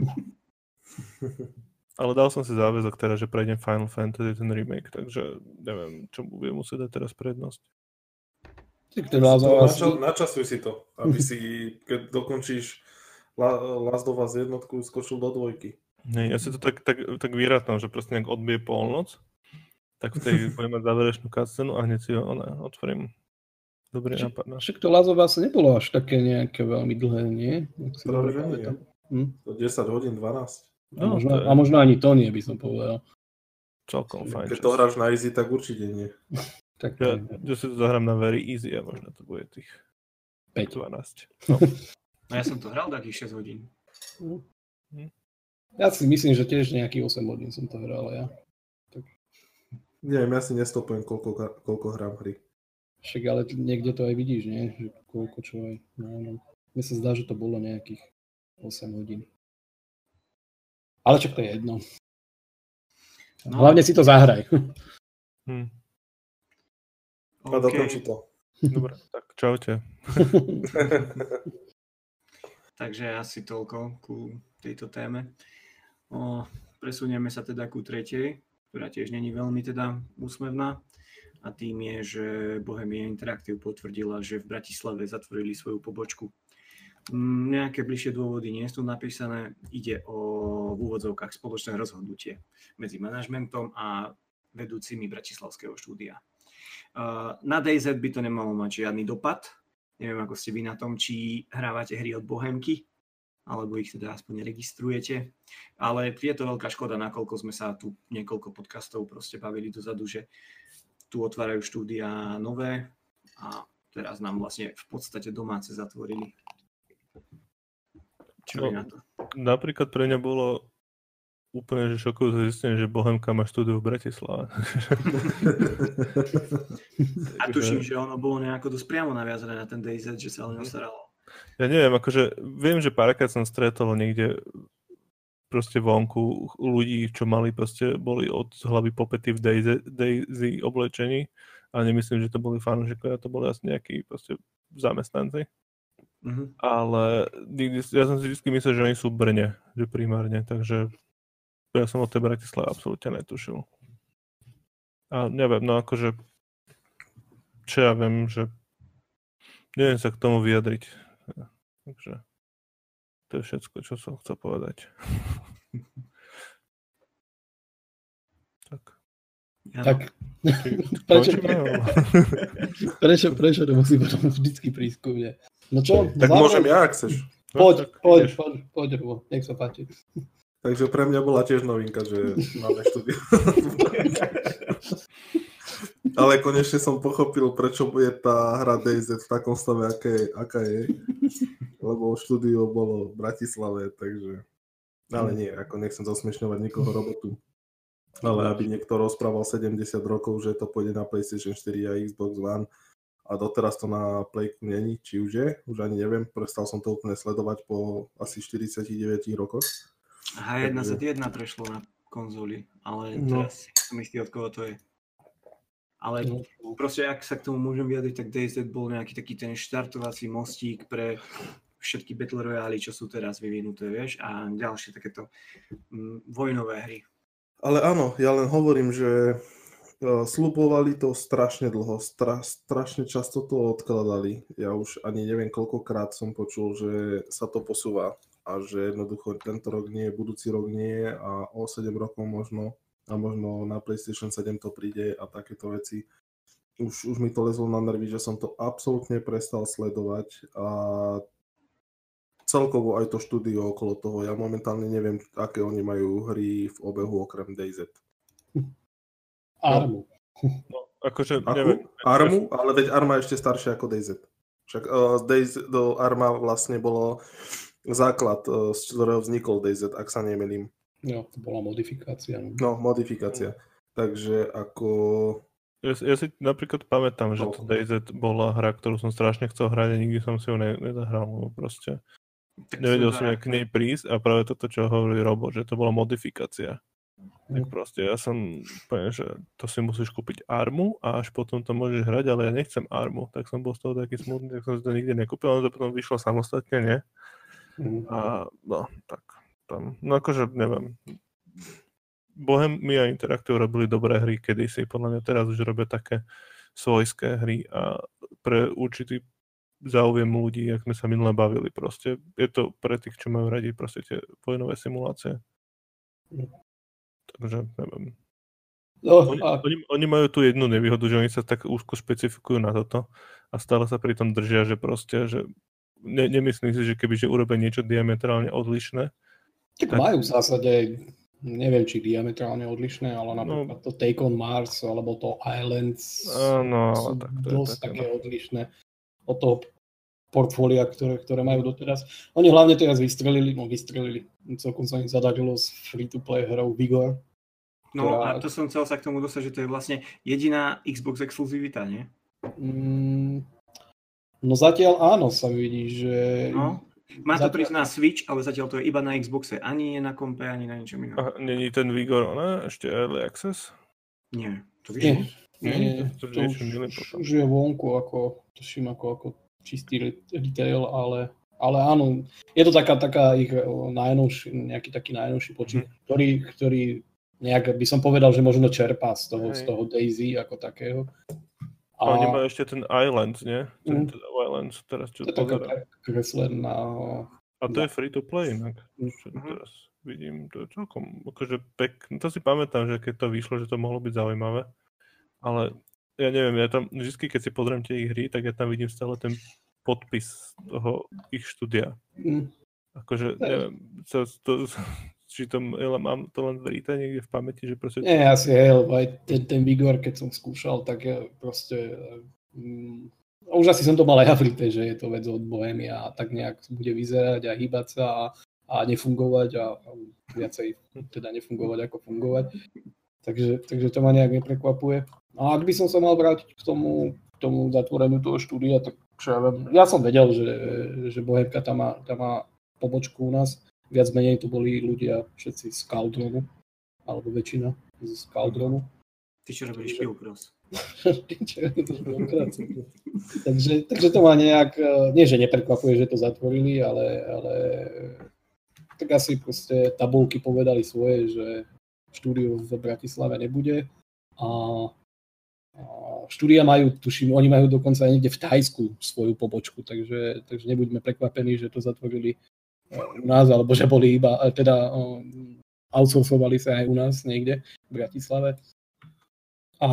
S4: Ale dal som si záväzok teda, že prejdem Final Fantasy, ten remake, takže neviem, čo budem musieť dať teraz prednosť.
S3: Načas, načasuj si to, aby si, keď dokončíš Last of Us jednotku, skočil do dvojky.
S4: Nie, ja si to tak, tak, tak vyrátam, že proste nejak odbije polnoc, tak v tej budem mať záverečnú cutscenu a hneď si ho ne, otvorím. Dobrý nápad. No.
S2: Však to Last of Us nebolo až také nejaké veľmi dlhé, nie?
S3: Práve, že nie.
S2: Hm?
S3: desať hodín, dvanásť.
S2: A,
S4: No,
S2: možno,
S4: to je
S2: a možno ani to nie, by som povedal.
S4: celkom fajn.
S3: Keď to hráš na easy, tak určite nie.
S2: Tak
S4: Ja, ja si to zahrám na very easy a možno to bude tých
S2: päť.
S4: dvanásť. No.
S1: No ja som to hral takých šesť hodín.
S2: Ja si myslím, že tiež nejakých osem hodín som to hral, ja. Tak.
S3: Neviem, ja si nestopujem, koľko, koľko hrám hry.
S2: Však ale niekde to aj vidíš, nie? Že koľko čo aj. No, no. Mne sa zdá, že to bolo nejakých osem hodín. Ale čak to je jedno. No. Hlavne si to zahraj.
S4: Hm.
S3: A dokončí to.
S4: Dobre, tak čaute.
S1: Takže asi toľko ku tejto téme. O, presunieme sa teda ku tretej, ktorá tiež není veľmi teda úsmevná. A tým je, že Bohemia Interactive potvrdila, že v Bratislave zatvorili svoju pobočku. Nejaké bližšie dôvody nie sú napísané. Ide o v úvodzovkách spoločné rozhodnutie medzi manažmentom a vedúcimi bratislavského štúdia. Na dé zet by to nemalo mať žiadny dopad. Neviem, ako ste vy na tom, či hrávate hry od Bohemky, alebo ich teda aspoň registrujete. Ale je to veľká škoda, nakoľko sme sa tu niekoľko podcastov proste bavili dozadu, že tu otvárajú štúdia nové a teraz nám vlastne v podstate domáce zatvorili. Čo je
S4: No,
S1: na to?
S4: napríklad pre mňa bolo úplne že šokujúce zistenie, že Bohemka má štúdiu v Bratislave.
S1: A tuším, že ono bolo nejako dosť priamo naviazané na ten dé zet, že sa len ostaralo.
S4: Ja neviem, akože viem, že párkrát som stretol niekde proste vonku ľudí, čo mali proste, boli od hlavy popety v Daisy, Daisy oblečení a nemyslím, že to boli fanúšikovia, to boli asi nejakí proste zamestnanci.
S1: Mhm.
S4: Ale nikdy, ja som si vždy myslel, že oni sú v Brne, že primárne, takže ja som o tej Bratislave absolútne netušil. A neviem, no akože čo ja viem, že neviem sa k tomu vyjadriť. Takže to je všetko, čo som chcel povedať. Tak.
S1: Ja,
S2: Tak,
S4: Či-
S2: prečo,
S4: končíme, alebo-
S2: prečo, prečo to musí potom vždycky prísť ku mne? No čo?
S3: Tak
S2: záver?
S3: môžem ja, ak chceš.
S4: No,
S2: Poď,
S4: tak
S2: poď,
S4: ideš.
S2: poď, poď, Rubo, nech sa páči.
S3: Takže pre mňa bola tiež novinka, že máme štúdio. Ale konečne som pochopil, prečo je tá hra dé zet v takom stave, aké, aká je. Lebo štúdio bolo v Bratislave, takže... Ale nie, ako nechcem zasmiešňovať nikoho robotu. Ale aby niekto rozprával sedemdesiat rokov, že to pôjde na PlayStation štyri a Xbox One a doteraz to na Playku není, či už je, už ani neviem, prestal som to úplne sledovať po asi štyridsiatich deväť rokoch.
S1: há jedna zet jeden prešlo na konzoli, ale
S3: No.
S1: teraz som istý, od koho to je. Ale
S2: No,
S1: proste, ak sa k tomu môžem vyjadriť, tak dé zet bol nejaký taký ten štartovací mostík pre všetky Battle Royale, čo sú teraz vyvinuté, vieš, a ďalšie takéto mm, vojnové hry.
S3: Ale áno, ja len hovorím, že uh, sľubovali to strašne dlho, stra, strašne často to odkladali. Ja už ani neviem, koľkokrát som počul, že sa to posúva a že jednoducho tento rok nie, budúci rok nie a o sedem rokov možno a možno na PlayStation sedem to príde a takéto veci. Už, už mi to lezlo na nervy, že som to absolútne prestal sledovať a celkovo aj to štúdio okolo toho. Ja momentálne neviem, aké oni majú hry v obehu okrem dé zet.
S2: Armu.
S4: No, akože,
S3: Akú?
S4: neviem.
S3: Armu? Ale veď Arma je ešte staršia ako dé zet. Však uh, dé zet, do Arma vlastne bolo základ, uh, z ktorého vznikol dé zet, ak sa nemýlim.
S2: Jo, to bola modifikácia. No.
S3: No, modifikácia. Takže ako...
S4: Ja, ja si napríklad pamätám, že to dé zet bola hra, ktorú som strašne chcel hrať a nikdy som si ju ne, nezahral, lebo proste
S1: Tak
S4: nevedel
S1: som
S4: som, jak k nej prísť a práve toto, čo hovorí Robo, že to bola modifikácia. Tak proste ja som úplne, že to si musíš kúpiť Armu a až potom to môžeš hrať, ale ja nechcem Armu, tak som bol z toho taký smutný, tak som si to nikdy nekúpil, ale to potom vyšlo samostatne, nie?
S2: Mhm.
S4: A no, tak tam, no akože neviem. Bohemia Interactive robili dobré hry kedysi, podľa mňa teraz už robia také svojské hry a pre určitý záujem ľudí, jak sme sa minule bavili proste. Je to pre tých, čo majú radi proste tie vojnové simulácie. Takže neviem.
S2: No,
S4: Oni,
S2: a
S4: oni, oni majú tu jednu nevýhodu, že oni sa tak úzko špecifikujú na toto a stále sa pri tom držia, že proste, že ne, nemyslím si, že keby že urobia niečo diametrálne odlišné.
S2: tak majú v zásade, neviem, či diametrálne odlišné, ale napríklad to Take on Mars alebo to Islands
S4: Áno,
S2: sú
S4: ale tak to je
S2: dosť
S4: také,
S2: také odlišné od toho portfólia, ktoré, ktoré majú doteraz. Oni hlavne teraz vystrelili, no vystrelili, celkom sa im zadarilo s free-to-play hrou Vigor.
S1: No
S2: ktorá-
S1: a to som chcel sa k tomu dostať, že to je vlastne jediná Xbox exkluzivita, nie?
S2: Mm, no zatiaľ áno, sa vidí, že...
S1: No, má to
S2: Zatiaľ-
S1: prísť na Switch, ale zatiaľ to je iba na Xboxe, ani nie na kompe, ani na ničom inom.
S4: A není ten Vigor, ne? Ešte Early Access?
S1: Nie, to
S2: Nie,
S1: vieš.
S2: nie, nie,
S4: To
S2: to
S4: niečo
S2: už,
S4: milé potom.
S2: už je vonku, ako, tuším, ako, ako čistý re- retail, ale, ale áno, je to taká, taká ich najnovší, nejaký taký najnovší počítač, mm-hmm. ktorý, ktorý nejak by som povedal, že možno čerpá z toho, z toho Daisy ako takého.
S4: A oni majú ešte ten Island, nie? Ten,
S2: Mm.
S4: ten Island, teraz čo
S2: To je taká
S4: pozerám.
S2: kreslená...
S4: A to je free to play inak. Čo teraz vidím, to je celkom akože pekné. To si pamätám, že keď to vyšlo, že to mohlo byť zaujímavé. Ale ja neviem, ja tam vždy, keď si pozriem tie ich hry, tak ja tam vidím stále ten podpis toho ich štúdia.
S2: Mm.
S4: Akože, neviem, to, to, či to, ja mám to len v ríte niekde v pamäti, že proste...
S2: Nie, asi hej, lebo aj ten, ten Vigor, keď som skúšal, tak je proste... Mm, už asi som to mal aj v ríte, že je to vec od Bohemia a tak nejak bude vyzerať a hýbať sa a, a nefungovať a, a viacej teda nefungovať ako fungovať. Takže, takže to ma nejak neprekvapuje. A ak by som sa mal vrátiť k tomu, k tomu zatvoreniu toho štúdia, tak čo ja viem, ja som vedel, že, že Bohemka tam má, tam má pobočku u nás. Viac menej to boli ľudia všetci z Caldronu, alebo väčšina z Caldronu.
S1: Ty čo robíš Skillcross?
S2: takže, takže to ma nejak, nie že neprekvapuje, že to zatvorili, ale, ale tak asi proste tabulky povedali svoje, že štúdio v Bratislave nebude a, a štúdia majú, tuším, oni majú dokonca aj niekde v Thajsku svoju pobočku, takže, takže nebuďme prekvapení, že to zatvorili u nás, alebo že boli iba, teda outsourcovali sa aj u nás niekde v Bratislave. A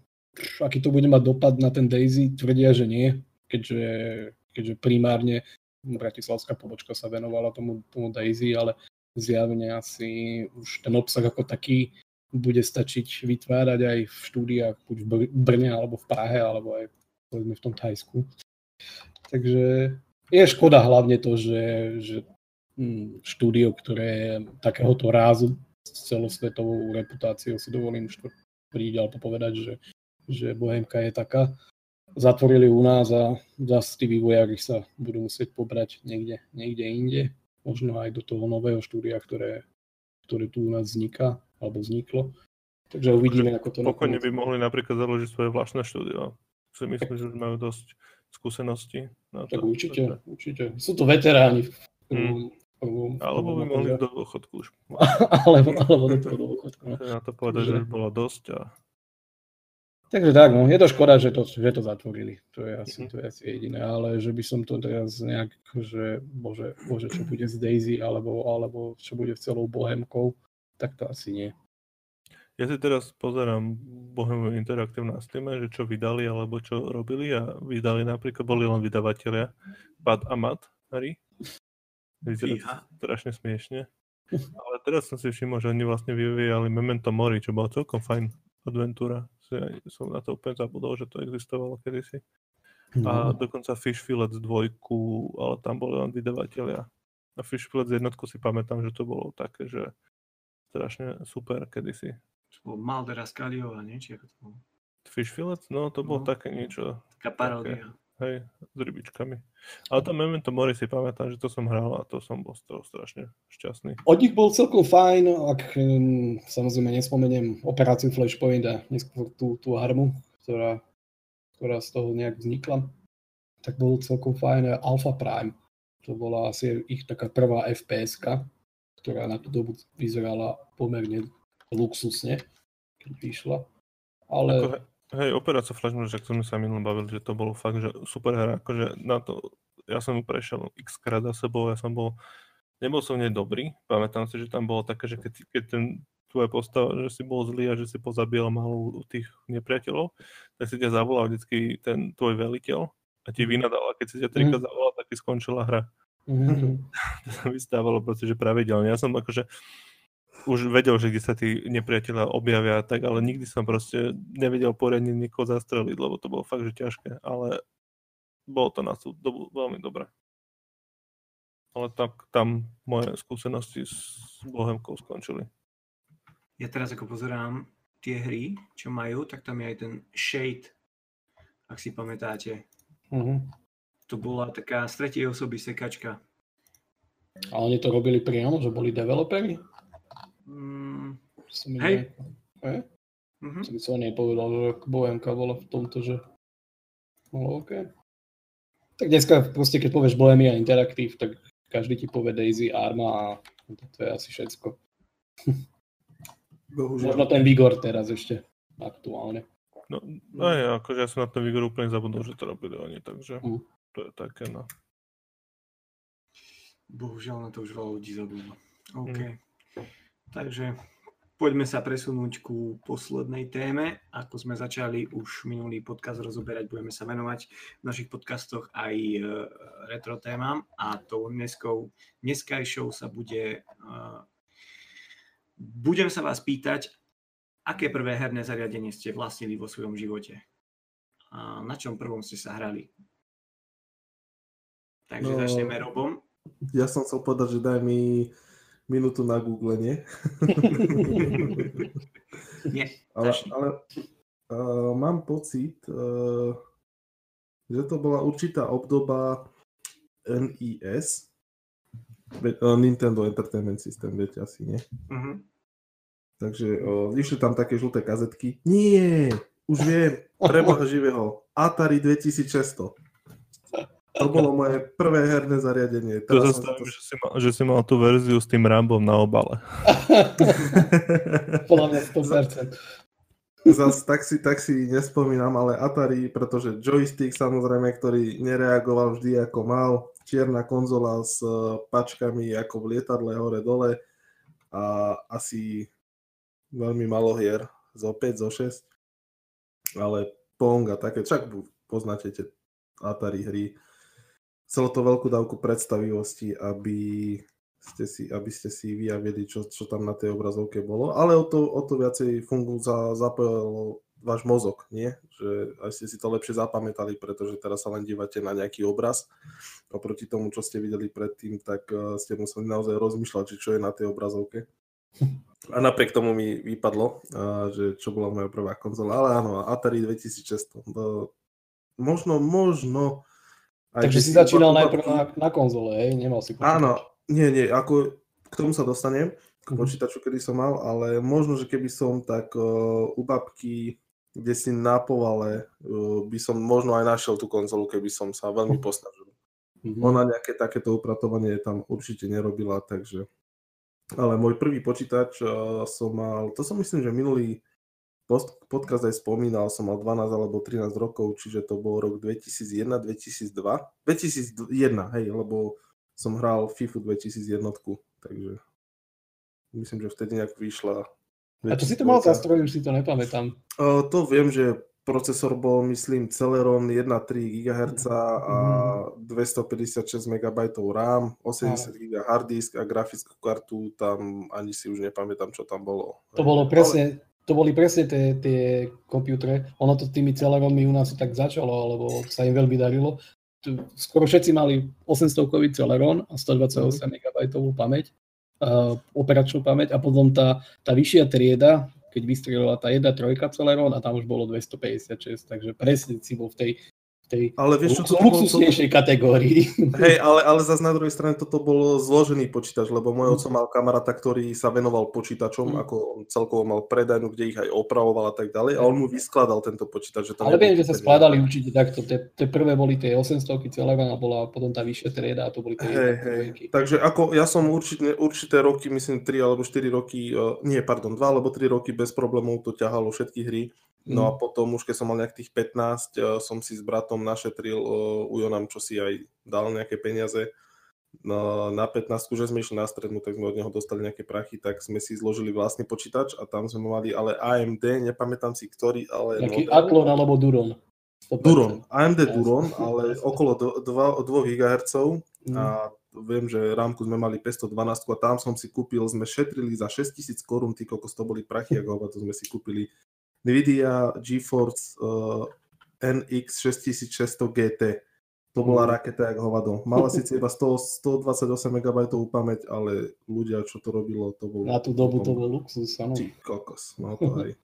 S2: aký to bude mať dopad na ten Daisy, tvrdia, že nie, keďže, keďže primárne bratislavská pobočka sa venovala tomu, tomu Daisy, ale zjavne asi už ten obsah ako taký bude stačiť vytvárať aj v štúdiách, buď v Brne, alebo v Prahe, alebo aj v tom Thajsku. Takže je škoda hlavne to, že, že štúdio, ktoré je takéhoto rázu s celosvetovou reputáciou, si dovolím tvrdiť alebo povedať, že, že Bohemka je taká. Zatvorili u nás a zase tí vývojári sa budú musieť pobrať niekde, niekde inde. Možno aj do toho nového štúdia, ktoré, ktoré tu u nás vzniká alebo vzniklo. Takže uvidíme, ako to
S4: pokojne by mohli napríklad založiť svoje vlastné štúdio. Si myslím, že majú dosť skúseností. Na to.
S2: Tak určite, určite. Sú to veteráni. Hmm.
S4: Prvom, alebo by mohli ísť do dôchodku už.
S2: alebo, alebo do toho dôchodku. No.
S4: Na to povedať, že už bolo dosť. A...
S2: Takže tak, no, je to škoda, že to, že to zatvorili. To je asi, mm-hmm. to je asi jediné, ale že by som to teraz nejak, že bože, bože, čo bude s Daisy, alebo, alebo čo bude v celou Bohemkou, tak to asi nie.
S4: Ja si teraz pozerám Bohemu Interactive na Steam, že čo vydali, alebo čo robili a vydali napríklad, boli len vydavatelia Bad a Mat hry. Vyzerá to strašne smiešne. Ale teraz som si všimol, že oni vlastne vyvíjali Memento Mori, čo bola celkom fajn adventúra. Som na to úplne zabudol, že to existovalo kedysi. No. A dokonca Fish Fillets dvojku, ale tam boli len vydavatelia. A Fish Fillets jednotku si pamätám, že to bolo také, že strašne super kedysi.
S1: To bol Maldera Scaliova, nie? Či ako to bolo?
S4: Fish Fillets? No, to bolo no. také niečo.
S1: Taká paródia.
S4: Hej, s rybičkami. Ale to Memento Mori si pamätám, že to som hral a to som bol z toho strašne šťastný.
S2: Od nich bol celkom fajn, ak um, samozrejme nespomeniem operáciu Flashpoint a neskôr tú, tú armu, ktorá, ktorá z toho nejak vznikla, tak bol celkom fajn Alpha Prime. To bola asi ich taká prvá ef pé eska, ktorá na tú dobu vyzerala pomerne luxusne, keď vyšla. Ale...
S4: Ako, hej, Operácia Flashpoint, že sme sa minulom bavili, že to bolo fakt, že super hra, akože na to, ja som ju prešiel x krát za sebou, ja som bol, nebol som nej dobrý, pamätám si, že tam bolo také, že keď, keď ten tvoja postava, že si bol zlý a že si pozabíjal málo tých nepriateľov, tak si ťa zavolal vždycky ten tvoj veliteľ a ti vynadal, a keď si ťa trikrát zavolal, tak ti skončila hra. Mm-hmm. To sa mi stávalo proste, že pravidelne. Ja som akože už vedel, že kde sa tí nepriatelia objavia, tak, ale nikdy som proste nevedel poriadne niekoho zastreliť, lebo to bolo fakt, že ťažké, ale bolo to na tú dobu veľmi dobré. Ale tak tam moje skúsenosti s Bohemkou skončili.
S1: Ja teraz ako pozerám tie hry, čo majú, tak tam je aj ten Shade, ak si pamätáte. Uh-huh. To bola taká z tretej osoby sekačka.
S2: A oni to robili priamo, že boli developeri?
S1: Mm,
S2: hej. Hej? Uh-huh. Som sa nepovedal, že Bohemka bola v tomto, že bolo OK. Tak dneska proste, keď povieš Bohemia Interactive, tak každý ti povie Daisy, Arma a to je asi všetko.
S3: Bohužiaľ.
S2: Možno ten Vigor teraz ešte aktuálne.
S4: No, aj, akože ja som na ten Vigor úplne zabudol, že to robili oni, takže mm. to je také, no.
S1: Bohužiaľ na to už veľa ľudí zabudlo. OK. Mm. Takže poďme sa presunúť ku poslednej téme. Ako sme začali už minulý podcast rozoberať, budeme sa venovať v našich podcastoch aj retro témam a tou dneskou, dneskajšou sa bude... Uh, budem sa vás pýtať, aké prvé herné zariadenie ste vlastnili vo svojom živote? A na čom prvom ste sa hrali? Takže no, začneme Robom.
S3: Ja som chcel povedať, že daj mi minútu na Google, nie?
S1: Nie,
S3: ale, ale uh, mám pocit, uh, že to bola určitá obdoba en í es, uh, Nintendo Entertainment System, viete asi, nie? Uh-huh. Takže uh, išli tam také žlté kazetky. Nie, už viem, pre Boha živého, Atari dvetisícšesťsto. To bolo moje prvé herné zariadenie.
S4: To zastavím, to... že, si mal, že si mal tú verziu s tým Rambom na obale.
S2: Podľa mňa sto percent.
S3: Zas tak si, tak si nespomínam, ale Atari, pretože joystick samozrejme, ktorý nereagoval vždy ako mal, čierna konzola s pačkami ako v lietadle hore-dole a asi veľmi malo hier, zo päť, zo šesť, ale Pong a také, však poznáte tie Atari hry. Chcelo to veľkú dávku predstavivosti, aby ste si, aby ste si vyjavili, čo, čo tam na tej obrazovke bolo, ale o to, o to viacej fungu za, zapojilo váš mozog, nie? Že aj ste si to lepšie zapamätali, pretože teraz sa len dívate na nejaký obraz. Oproti tomu, čo ste videli predtým, tak uh, ste museli naozaj rozmýšľať, že čo je na tej obrazovke. A napriek tomu mi vypadlo, uh, že čo bola moja prvá konzola, ale áno, Atari dvetisícšesť. Uh, možno, možno...
S2: Takže si začínal najprv na, na konzole, hej? Nemal si počítač.
S3: Áno, nie, nie, ako k tomu sa dostanem, k počítaču, kedy som mal, ale možno, že keby som tak uh, u babky, kde si na povale, uh, by som možno aj našiel tú konzolu, keby som sa veľmi posnažil. Mm-hmm. Ona nejaké takéto upratovanie tam určite nerobila, takže... Ale môj prvý počítač uh, som mal, to som myslím, že minulý Post, podcast aj spomínal, som mal dvanásť alebo trinásť rokov, čiže to bol rok dvetisícjeden, dvetisícdva. dvetisícjeden, hej, lebo som hral FIFA dvetisícjeden, takže myslím, že vtedy nejak vyšla.
S2: A čo si to mal za stroj, už si to nepamätám.
S3: Uh, to viem, že procesor bol, myslím, Celeron jeden celá tri gigahertza a dvestopäťdesiatšesť megabajtov RAM, osemdesiat gigabajtov hard disk a grafickú kartu, tam ani si už nepamätám, čo tam bolo.
S2: To bolo presne... Ale... To boli presne tie, tie počítače. Ono to tými Celeronmi u nás tak začalo, alebo sa im veľmi darilo. Skoro všetci mali osemstokový Celeron a stodvadsaťosem megabajtovú pamäť, uh, operačnú pamäť a potom tá, tá vyššia trieda, keď vystrelila tá jedna trojka Celeron a tam už bolo dvestopäťdesiatšesť, takže presne si bol v tej, tej
S3: ale vieš, čo,
S2: luxusnejšej kategórii.
S3: Hej, ale, ale zase na druhej strane toto bol zložený počítač, lebo môj otco mal kamaráta, ktorý sa venoval počítačom, mm. ako on celkovo mal predajnu, kde ich aj opravoval a tak ďalej, a on mu vyskladal tento počítač. Že
S2: ale viem, že sa skladali určite takto. Tie prvé boli tie osemstovky Celeron a bola potom tá vyššia trieda a to boli tie
S3: hej, hej. Takže ako ja som určite, určité roky, myslím tri alebo štyri roky, uh, nie, pardon, dva alebo tri roky bez problémov to ťahalo všetky hry. No a potom už keď som mal nejak tých pätnásť, uh, som si s bratom našetril uh, Ujo nám čo si aj dal nejaké peniaze na, na pätnástku, že sme išli na strednú, tak sme od neho dostali nejaké prachy, tak sme si zložili vlastný počítač a tam sme mali ale á em dé, nepamätám si ktorý, ale...
S2: Nejaký Athlon alebo Duron.
S3: sto percent. Duron, á em dé Duron, ale okolo dva gigahertzov mm. a viem, že rámku sme mali päťstodvanásť a tam som si kúpil, sme šetrili za šesťtisíc korún, ty kokos, to boli prachy, ako to sme si kúpili Nvidia GeForce uh, en iks šesťtisícšesťsto gé té. To bola mm. raketa jak hovado. Mala síce iba sto, stodvadsaťosem megabajtovú pamäť, ale ľudia, čo to robilo, to bolo...
S2: Na tú dobu to bol luxus, áno.
S3: Ty kokos, no to aj.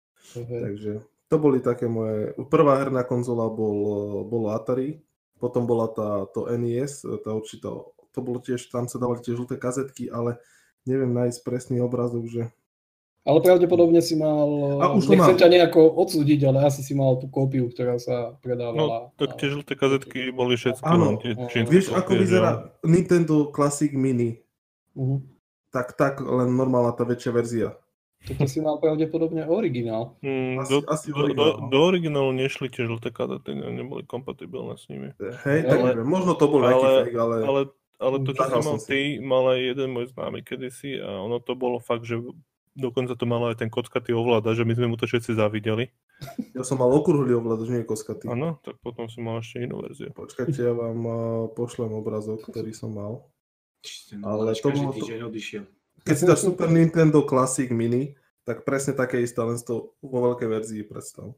S3: Takže to boli také moje... Prvá herná konzola bol, bolo Atari, potom bola tá, to en í es, tá určitá, to bolo tiež, tam sa dávali tiež žlté kazetky, ale neviem nájsť presný obrázok, že...
S2: Ale pravdepodobne si mal, nechcem ťa nejako odsúdiť, ale asi si mal tú kópiu, ktorá sa predávala.
S4: No, tak tie žlté kazetky boli všetky.
S3: Áno,
S4: tie
S3: vieš, ako vyzerá Nintendo Classic Mini? Uh-huh. Tak, tak, len normálna tá väčšia verzia.
S2: Toto si mal pravdepodobne originál.
S4: Mm, asi, do, asi originál. Do, do originálu nešli tie žlté kadety, neboli kompatibilné s nimi.
S3: Hej, tak neviem, možno to bol nejaký fake, ale...
S4: ale... Ale to, čo si mal ty, mal aj jeden môj známy kedysi a ono to bolo fakt, že dokonca to malo aj ten kockatý ovládač, že my sme mu to všetci závideli.
S3: Ja som mal okrúhly ovládač, nie kockatý.
S4: Áno, tak potom som mal ešte inú verziu.
S3: Počkajte, ja vám pošlem obrazok, ktorý som mal. Ale to bolo to... Keď si dáš Super Nintendo Classic Mini, tak presne také isté, len to vo veľkej verzii predstav.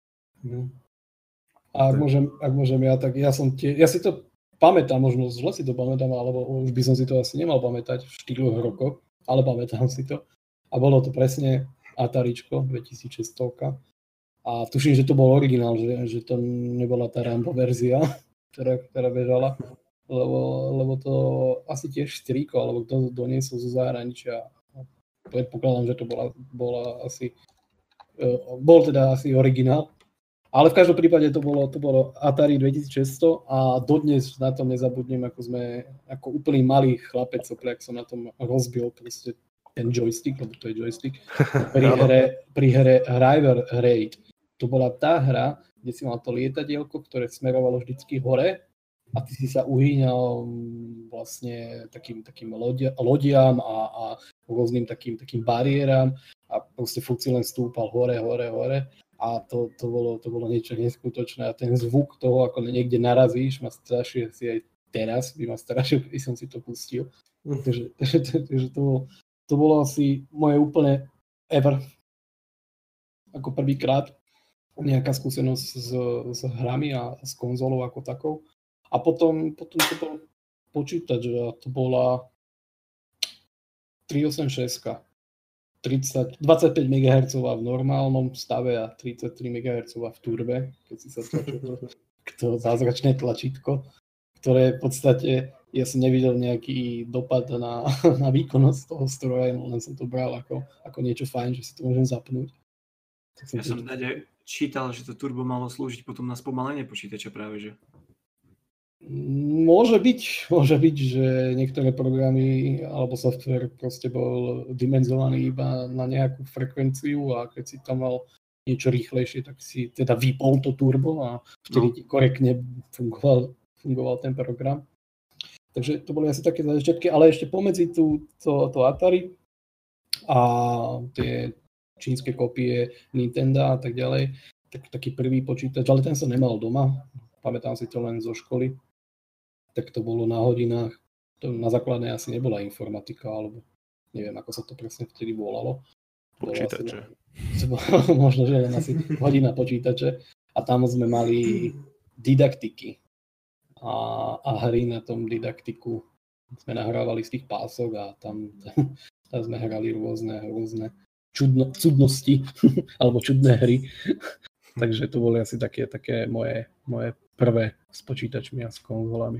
S2: A ak môžem, ak môžem ja, tak ja som tie, ja si to pamätám, možno zle si to pamätám, alebo už by som si to asi nemal pamätať v štyroch rokoch, ale pamätám si to. A bolo to presne Ataričko dvetisícšesť. A tuším, že to bol originál, že, že to nebola tá Rambo verzia, ktorá, ktorá bežala, lebo, lebo to asi tiež strýko, alebo kto doniesol zo zahraničia. Predpokladám, že to bola, bola asi, bol teda asi originál. Ale v každom prípade to bolo, to bolo Atari dvetisícšesť a dodnes na tom nezabudnem, ako sme, ako úplný malý chlapec, ak som na tom rozbil proste ten joystick, lebo to je joystick, pri hre, pri hre River Raid. To bola tá hra, kde si mal to lietadielko, ktoré smerovalo vždycky hore a ty si sa uhýňal vlastne takým, takým lodia, lodiam a, a rôznym takým, takým bariéram a proste furt si len stúpal hore, hore, hore. A to, to, bolo, to bolo niečo neskutočné a ten zvuk toho, ako niekde narazíš, ma strašil si aj teraz, by ma strašil, keby som si to pustil. Mm. Takže, takže, takže to, bolo, to bolo asi moje úplne ever, ako prvýkrát nejaká skúsenosť s, s hrami a s konzolou ako takou. A potom, potom to bol počítač, že to bola tristoosemdesiatšesť. tridsať, dvadsaťpäť megahertzov v normálnom stave a tridsaťtri megahertzov v turbe, keď si sa tlačil to, to zázračné tlačítko, ktoré v podstate ja som nevidel nejaký dopad na, na výkonnosť toho stroja, len som to bral ako, ako niečo fajn, že si to môžem zapnúť.
S1: Tak som ja som tady čítal, že to turbo malo slúžiť potom na spomalenie počítača práve, že?
S2: Môže byť, môže byť, že niektoré programy alebo software proste bol dimenzovaný iba na nejakú frekvenciu a keď si tam mal niečo rýchlejšie, tak si teda vypol to turbo a vtedy no. korektne fungoval, fungoval ten program. Takže to boli asi také začiatky, ale ešte pomedzi tú, to, to Atari a tie čínske kopie Nintendo a tak ďalej, tak, taký prvý počítač, ale ten som nemal doma, pamätám si to len zo školy. Tak to bolo na hodinách, to na základnej asi nebola informatika, alebo neviem, ako sa to presne vtedy volalo.
S4: Počítače.
S2: Asi, možno, že len asi hodina počítače. A tam sme mali didaktiky. A, a hry na tom didaktiku sme nahrávali z tých pások a tam, tam, tam sme hrali rôzne, rôzne čudno, cudnosti, alebo čudné hry. Takže to boli asi také, také moje, moje prvé s počítačmi a s konzolami.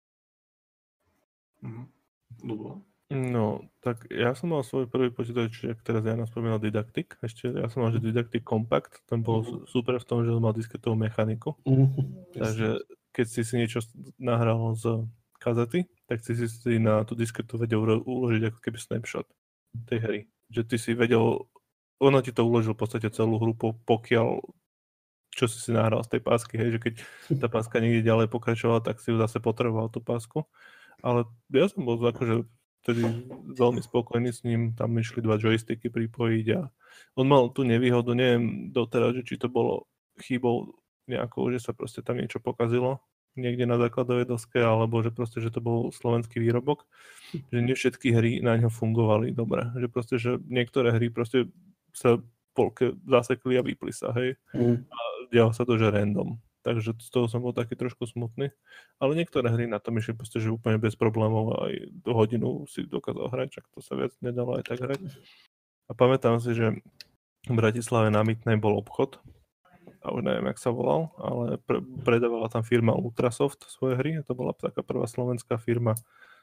S1: Ľubo?
S4: No, tak ja som mal svoj prvý počítač, jak teraz Jana spomínal, Didaktik. Ešte ja som mal, že Didaktik Compact, ten bol uh-huh. super v tom, že mal disketovú mechaniku. Uh-huh. Takže keď si si niečo nahral z kazety, tak si si na tú disketu vedel uložiť ako keby snapshot tej hry. Že ty si vedel, ono ti to uložil v podstate celú hru, pokiaľ čo si si nahral z tej pásky, hej, že keď tá páska niekde ďalej pokračovala, tak si ju zase potreboval tú pásku. Ale ja som bol akože vtedy veľmi spokojný s ním, tam išli dva joysticky pripojiť a on mal tú nevýhodu, neviem doteraz, že či to bolo chybou nejakou, že sa proste tam niečo pokazilo niekde na základovej doske, alebo že proste, že to bol slovenský výrobok, že nie všetky hry na ňo fungovali dobre, že proste, že niektoré hry proste sa polke zasekli a vypli sa, hej, mm. a dialo sa to, že random. Takže z toho som bol taký trošku smutný. Ale niektoré hry na tom išli proste, že úplne bez problémov aj do hodinu si dokázal hrať, čak to sa viac nedalo aj tak hrať. A pamätám si, že v Bratislave na Mytnej bol obchod, a už neviem, jak sa volal, ale pre, predávala tam firma Ultrasoft svoje hry. To bola taká prvá slovenská firma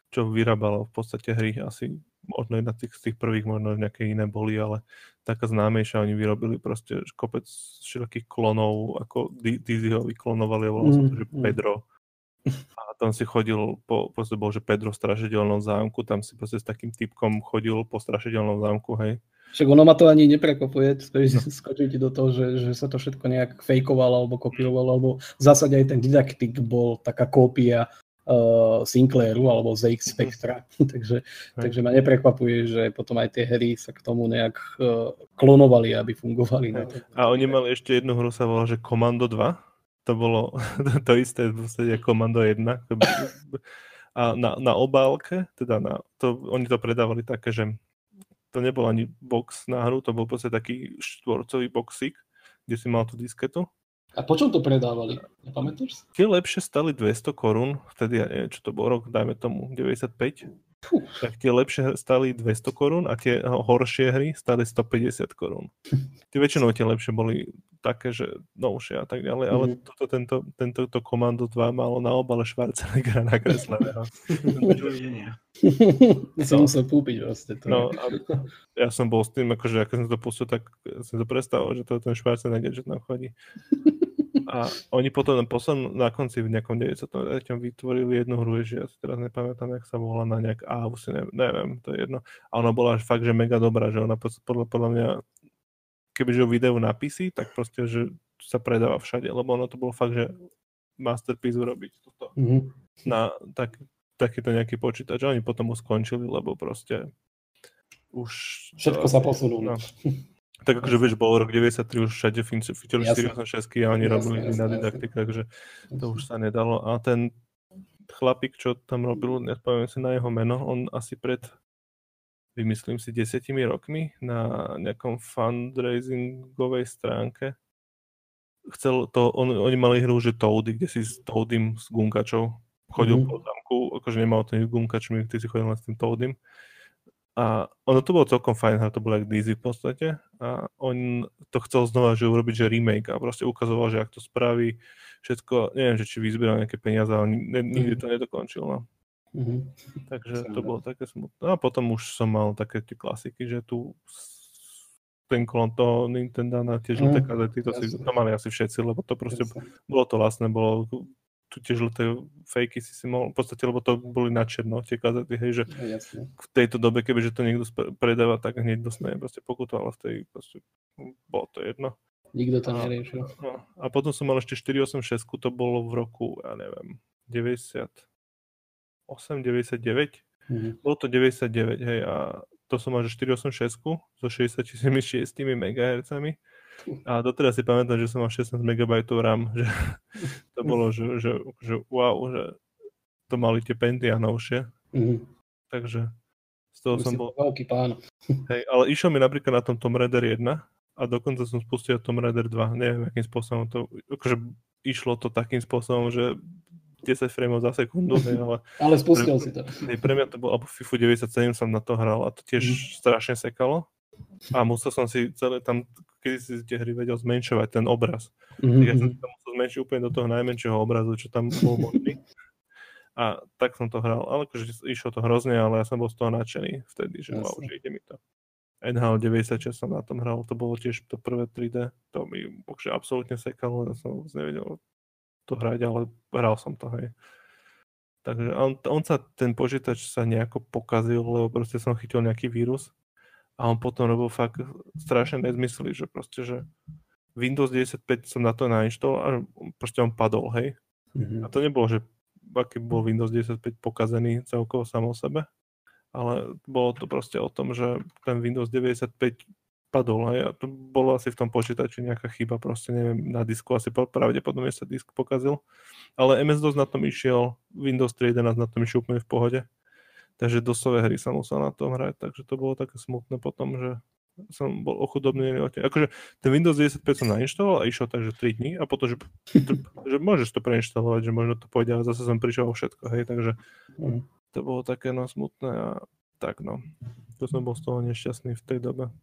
S4: čo vyrábalo v podstate hry. Asi možno jedna z tých, z tých prvých, možno nejaké iné boli, ale taká známejšia. Oni vyrobili proste kopec všetkých klonov, ako Dizzyho vyklonovali, a volal sa to, že Pedro. A tam si chodil, po, proste bol, že Pedro v strašidelnom zámku, tam si proste s takým typkom chodil po strašidelnom zámku, hej.
S2: Však ono ma to ani neprekvapuje, skočím ti do toho, že, že sa to všetko nejak fejkovalo alebo kopírovalo, alebo v zásade aj ten didaktik bol taká kópia uh, Sinclairu alebo zet iks Spectra, takže, takže ma neprekvapuje, že potom aj tie hry sa k tomu nejak uh, klonovali, aby fungovali. Na to.
S4: A oni mali ešte jednu hru, sa volala, že Commando dva. To bolo to isté, v podstate Commando jeden. A na, na obálke, teda na, to, oni to predávali také, že to nebol ani box na hru, to bol proste taký štvorcový boxík, kde si mal tú disketu.
S2: A po čom to predávali? Nepamätáš?
S4: Tie lepšie stali dvesto korún, vtedy, ja neviem, čo to bol rok, dajme tomu deväťdesiatpäť. Puh. Tak tie lepšie stali dvesto korún a tie horšie hry stali stopäťdesiat korún. Tie väčšinou tie lepšie boli také, že novšie a tak ďalej, ale mm-hmm. toto, tento, tento to Commando dva malo na obale Schwarzeneggera nakresleného.
S2: Ja som musel kúpiť vlastne to.
S4: No a ja som bol s tým, akože ako som to pustil, tak som to predstavoval, že to je ten Schwarzenegger, že tam chodí. A oni potom na, posledn- na konci v nejakom deväťdesiatom treťom vytvorili jednu hru, že ja si teraz nepamätám, jak sa volá, na nejak A, už si neviem, neviem, to je jedno. A ona bola až fakt, že mega dobrá, že ona podľa, podľa mňa, kebyže ju videu na pé cé, tak proste, že sa predáva všade, lebo ono to bolo fakt, že masterpiece urobiť toto. Mm-hmm. Na tak, takýto nejaký počítač. A oni potom už skončili, lebo proste už...
S2: Všetko to, sa posunulo. No.
S4: Tak akože vieš, bol rok deväťdesiattri, už všade feature štyri osem šesť a oni jasne, robili jasne, na didaktik, jasne. Takže to už sa nedalo. A ten chlapík, čo tam robil, nespomínam si na jeho meno, on asi pred, vymyslím si, desiatimi rokmi na nejakom fundraisingovej stránke chcel to, on, oni mali hru, že Toady, kde si s Toadym, s gunkačou chodil mm-hmm. po zámku, akože nemal ten gunkačmi, ty si chodil len s tým Toadym. A ono to bolo celkom fajn, to bolo jak Dizzy v podstate a on to chcel znova, že urobiť, že remake a proste ukazoval, že ak to spraví všetko, neviem, že či vyzbieral nejaké peniaze, ale nikdy to nedokončil, no. Mm-hmm. Takže to bolo také smutné. A potom už som mal také tie klasiky, že tu ten kolon toho Nintendo na tie žlté mm, kazety, to, si, to mali asi všetci, lebo to proste jasne. Bolo to vlastné, bolo tu tie žlté fejky si si mohol, v podstate, lebo to boli na černo, tie kazety, hej, že jasne. V tejto dobe, kebyže to niekto predáva, tak hneď dostane proste pokutu, ale v tej proste, bolo to jedno.
S2: Nikto to neriešil.
S4: No, a potom som mal ešte štyri osem šesť, to bolo v roku, ja neviem, deväťdesiatosem deväťdesiatdeväť, mm-hmm. Bolo to deväťdesiatdeväť, hej, a to som mal, že štyri osem šesť so šesťdesiatšesť megahertzami. A doteraz si pamätám, že som mal šestnásť megabajtov RAM, že to bolo, že, že, že wow, že to mali tie Pentium novšie. Mm-hmm. Takže z toho Musím som bol...
S2: Veľký pán.
S4: Hej, ale išiel mi napríklad na tom Tomb Raider jeden a dokonca som spustil Tomb Raider dva. Neviem, akým spôsobom to... Akože išlo to takým spôsobom, že desať frameov za sekundu, hej, ale...
S2: ale spustil
S4: pre,
S2: si to.
S4: Hej, pre mňa to bolo, alebo FIFA deväťdesiatsedem som na to hral a to tiež mm. strašne sekalo. A musel som si celé tam, kedy si tie hry vedel zmenšovať ten obraz. Mm-hmm. Tak ja som si to musel zmenšiť úplne do toho najmenšieho obrazu, čo tam bol možný. A tak som to hral. Ale akože išlo to hrozne, ale ja som bol z toho nadšený vtedy, že wow, že ide mi to. en há el deväťdesiatšesť som na tom hral, to bolo tiež to prvé tri dé. To mi akože absolútne sekalo, ja som nevedel to hrať, ale hral som to, hej. Takže on, on sa, ten počítač sa nejako pokazil, lebo proste som chytil nejaký vírus. A on potom robil fakt strašné nezmysly, že proste, že Windows deväťdesiatpäť som na to nainštoloval a proste on padol, hej. Mm-hmm. A to nebolo, že aký bol Windows deväťdesiatpäť pokazený celkovo sám o sebe, ale bolo to proste o tom, že ten Windows deväťdesiatpäť padol, hej. A to bolo asi v tom počítači nejaká chyba, proste neviem, na disku asi pravdepodobne sa disk pokazil. Ale em es dos na tom išiel, Windows tri jedenásť na tom išiel úplne v pohode. Takže dosové hry som musel na tom hrať, takže to bolo také smutné potom, že som bol ochudobnený. Akože ten Windows deväťdesiatpäť som nainštaloval a išiel takže tri dní a potom, že, že môžeš to preinštalovať, že možno to pôjde, ale zase som prišiel o všetko, hej, takže to bolo také no smutné a tak no. To som bol z toho nešťastný v tej dobe.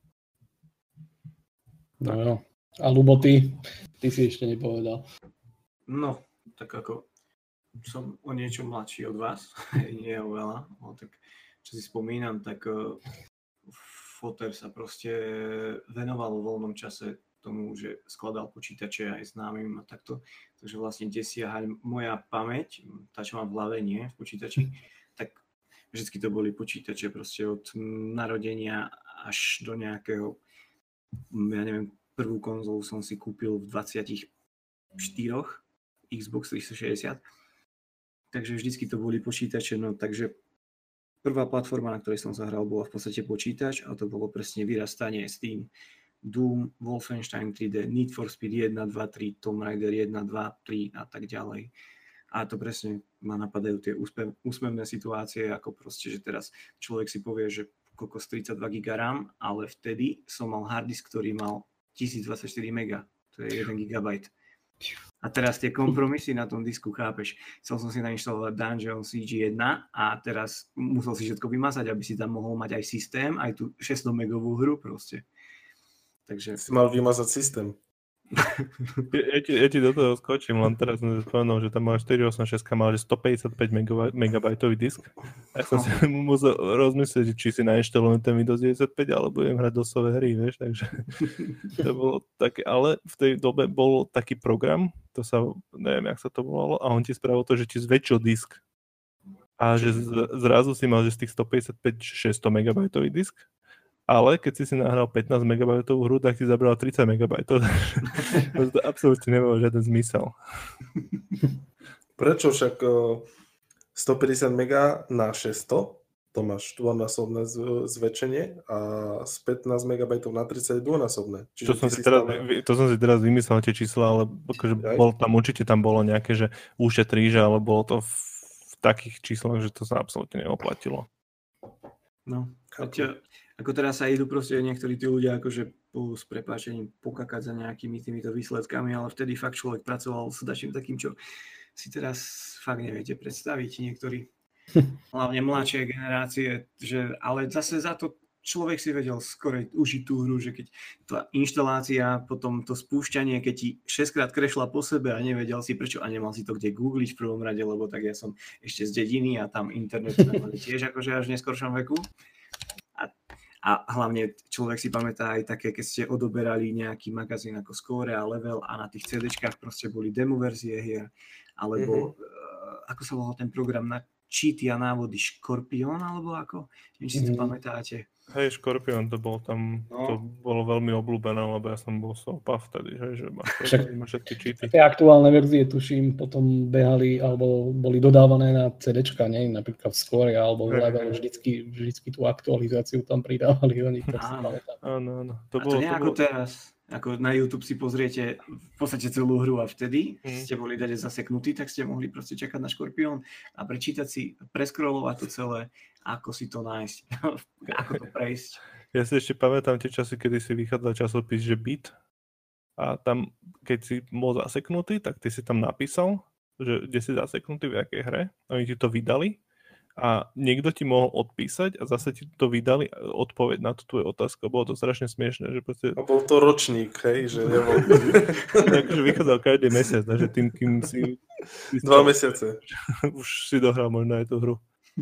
S2: No jo. A Lubo, ty, ty si ešte nepovedal.
S1: No, tak ako som o niečo mladší od vás, nie oveľa, no, tak čo si spomínam, tak uh, foter sa proste venoval v voľnom čase tomu, že skladal počítače aj známym a takto, takže vlastne kde siaha moja pamäť, tá čo mám v hlave, nie v počítači, tak vždycky to boli počítače proste od narodenia až do nejakého, ja neviem, prvú konzolu som si kúpil v dvadsaťštyri Xbox tristošesťdesiat, takže vždycky to boli počítače, no takže prvá platforma, na ktorej som zahral, bola v podstate počítač a to bolo presne vyrastanie s tým Doom, Wolfenstein tri dé, Need for Speed jeden, dva, tri, Tomb Raider jeden, dva, tri a tak ďalej. A to presne ma napadajú tie úspev, úsmevné situácie, ako proste, že teraz človek si povie, že kokos tridsaťdva giga RAM, ale vtedy som mal harddisk, ktorý mal tisícdvadsaťštyri mega, to je jeden gigabajt. A teraz tie kompromisy na tom disku, chápeš? Chcel som si nainštalovať Dungeon Siege jeden a teraz musel si všetko vymazať, aby si tam mohol mať aj systém, aj tú šesťsto megovú hru proste. Takže...
S3: Si mal vymazať systém.
S4: Ja ti, ja ti do toho skočím, len teraz som si spomenul, že tam máš štyri osemdesiatšesť, mal stopäťdesiatpäť megabajtový disk. A ja som si musel rozmyslieť, či si nainštalujem ten Windows deväťdesiatpäť, alebo budem hrať dosové hry, vieš, takže to bolo také, ale v tej dobe bol taký program, to sa, neviem, jak sa to volalo, a on ti spravil to, že ti zväčšil disk. A že zrazu si mal, že z tých stopäťdesiatpäť šesťsto megabajtový disk, ale keď si si nahral pätnásť megabajtovú hru, tak si zabral tridsať megabajtov. To absolútne nebolo žiaden zmysel.
S3: Prečo však stopäťdesiat mega na šesťsto, to máš dvojnásobné zväčšenie a z pätnásť megabajtov na tridsať je dvojnásobné.
S4: To som, si teraz, stále... to som si teraz vymyslel tie čísla, ale akože bol tam, určite tam bolo nejaké, že ušetríš, ale bolo to v, v takých číslach, že to sa absolútne neoplatilo.
S1: No, Aťa, ako teraz sa idú proste niektorí tí ľudia akože po, s prepáčením pokakať za nejakými týmito výsledkami, ale vtedy fakt človek pracoval s dačím takým, čo si teraz fakt neviete predstaviť niektorí, hlavne mladšie generácie, že, ale zase za to človek si vedel skorej užiť tú hru, že keď tá inštalácia, potom to spúšťanie, keď ti šesťkrát krešla po sebe a nevedel si prečo a nemal si to kde googliť v prvom rade, lebo tak ja som ešte z dediny a tam internet sme mali tiež akože až v neskoršom veku. A, a hlavne človek si pamätá aj také, keď ste odoberali nejaký magazín ako Score a Level a na tých cé déčkách proste boli demo verzie hier, alebo mm-hmm. uh, ako sa volal ten program na cheaty a návody, Škorpión alebo ako? Neviem, si to mm-hmm. pamätáte.
S4: Hej, Škorpión, to bol tam, no. To bolo veľmi obľúbené, lebo ja som bol sopa vtedy, hej, že máš všetky cheaty.
S2: Tie aktuálne verzie, tuším, potom behali, alebo boli dodávané na cé déčka, nie? Napríklad v Score, alebo v Level, vždycky, vždycky tú aktualizáciu tam pridávali, oni to si pamätám.
S4: Áno, áno. To
S1: a
S4: bolo,
S1: to nie
S4: to
S1: ako
S4: bolo...
S1: teraz, ako na YouTube si pozriete v podstate celú hru a vtedy mm. ste boli dať zaseknutí, tak ste mohli proste čakať na Škorpión a prečítať si, preskrolovať to celé, ako si to nájsť, ako to prejsť.
S4: Ja si ešte pamätám tie časy, kedy si vychádzal časopis, že Beat a tam, keď si bol zaseknutý, tak ty si tam napísal, že kde si zaseknutý, v jakej hre, oni ti to vydali a niekto ti mohol odpísať a zase ti to vydali odpoveď na tú tvoju otázku. Bolo to strašne smiešné. Že proste...
S3: A bol to ročník, hej, že nebol...
S4: Takže vychádzal každý mesiac, takže tým, kým si... si
S3: Dva mesiace.
S4: Už si dohral možno aj tú hru.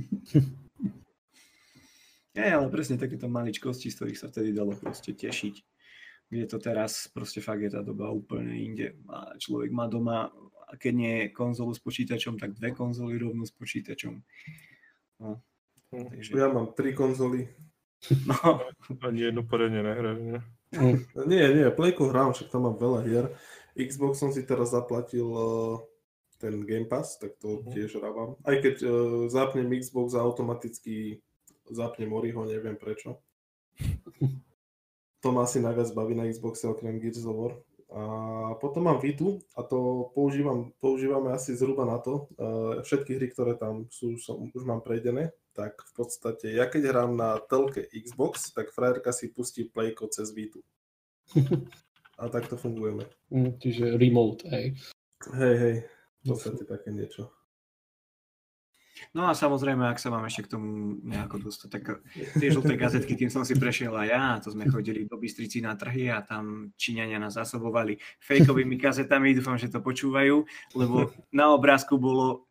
S1: Nie, ale presne takéto maličkosti, z ktorých sa vtedy dalo proste tešiť. Kde to teraz proste fakt je tá doba úplne inde. A človek má doma, a keď nie je konzolu s počítačom, tak dve konzoly rovno s počítačom. No,
S3: takže... Ja mám tri konzoly.
S1: No.
S4: Ani jednu poriadne nehráš, nie?
S3: Nie, nie, Playku hrám, však tam mám veľa hier. Xbox som si teraz zaplatil uh, ten Game Pass, tak to uh-huh. tiež hrávam. Aj keď uh, zapnem Xbox a automaticky zapnem Oriho, neviem prečo. To ma asi najviac baví na Xboxe okrem Gears of War. A potom mám Vitu a to používam, používame asi zhruba na to. Uh, všetky hry, ktoré tam sú, som, už mám prejdené, tak v podstate ja keď hrám na telke Xbox, tak frajerka si pustí Playko cez Vitu. A takto fungujeme.
S2: Mm, čiže remote, hej.
S3: Hej, hej, v podstate také niečo.
S1: No a samozrejme, ak sa mám ešte k tomu nejako dostať, tak tie žlté gazetky, tým som si prešiel aj ja, to sme chodili do Bystrici na trhy a tam Číňania nás zásobovali fejkovými kazetami, dúfam, že to počúvajú, lebo na obrázku bolo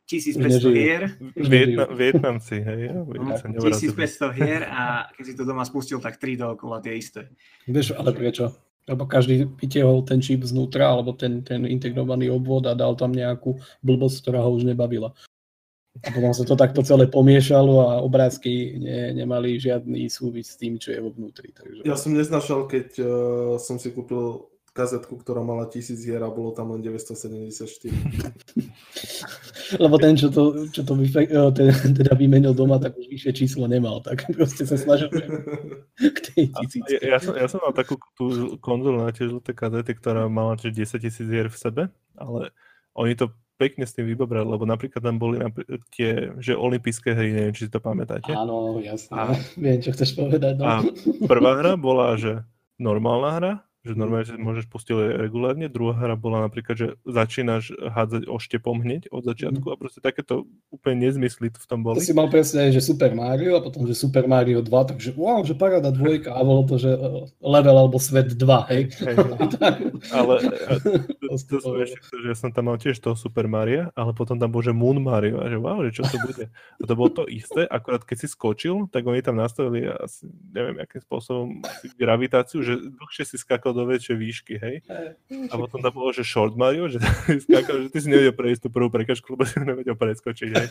S1: tisícpäťsto hier,
S4: Vietna, Vietnamci, hej, ja, sa neurazili.
S1: tisícpäťsto hier a keď si to doma spustil, tak tri dookola tie isté.
S2: Vieš, ale prečo? Lebo každý vytiahol ten čip znútra, alebo ten, ten integrovaný obvod a dal tam nejakú blbosť, ktorá ho už nebavila. A potom sa to takto celé pomiešalo a obrázky ne, nemali žiadny súvis s tým, čo je vo vnútri. Takže...
S3: Ja som neznašal, keď uh, som si kúpil kazetku, ktorá mala tisíc hier a bolo tam len deväťstosedemdesiatštyri.
S2: Lebo ten, čo to, čo to vyfe- ten, teda vymenil doma, tak už vyššie číslo nemal. Tak proste sa snažil k tej tisícke.
S4: Ja, ja, som, ja som mal takú tú konzolu na tie žluté kazety, ktorá mala tiež desaťtisíc hier v sebe, ale oni to pekne s tým vybobrali, lebo napríklad tam boli napr- tie, že olympijské hry, neviem, či si to pamätáte.
S2: Áno, jasné. A, viem, čo chceš povedať. No.
S4: A prvá hra bola, že normálna hra, že normálne že môžeš pustiť regulárne. Druhá hra bola napríklad, že začínaš hádzať oštepom hneď od začiatku a proste takéto úplne nezmysly v tom boli.
S2: To si mal presne, že Super Mario a potom, že Super Mario dva, takže wow, že paráda dvojka a bolo to, že level alebo svet dva, hej.
S4: hej, hej. Ale to, to, to ešte, že ja som tam mal tiež toho Super Maria, ale potom tam bol, že Moon Mario a že wow, že čo to bude. A to bolo to isté, akorát keď si skočil, tak oni tam nastavili asi, neviem, akým spôsobom gravitáciu, že dlhšie si skákal do väčšej výšky, hej. A potom tam bolo, že Short Mario, že ty skákal, že ty si nevedel prejsť tú prvú prekažku, lebo si nevedel preskočiť, hej.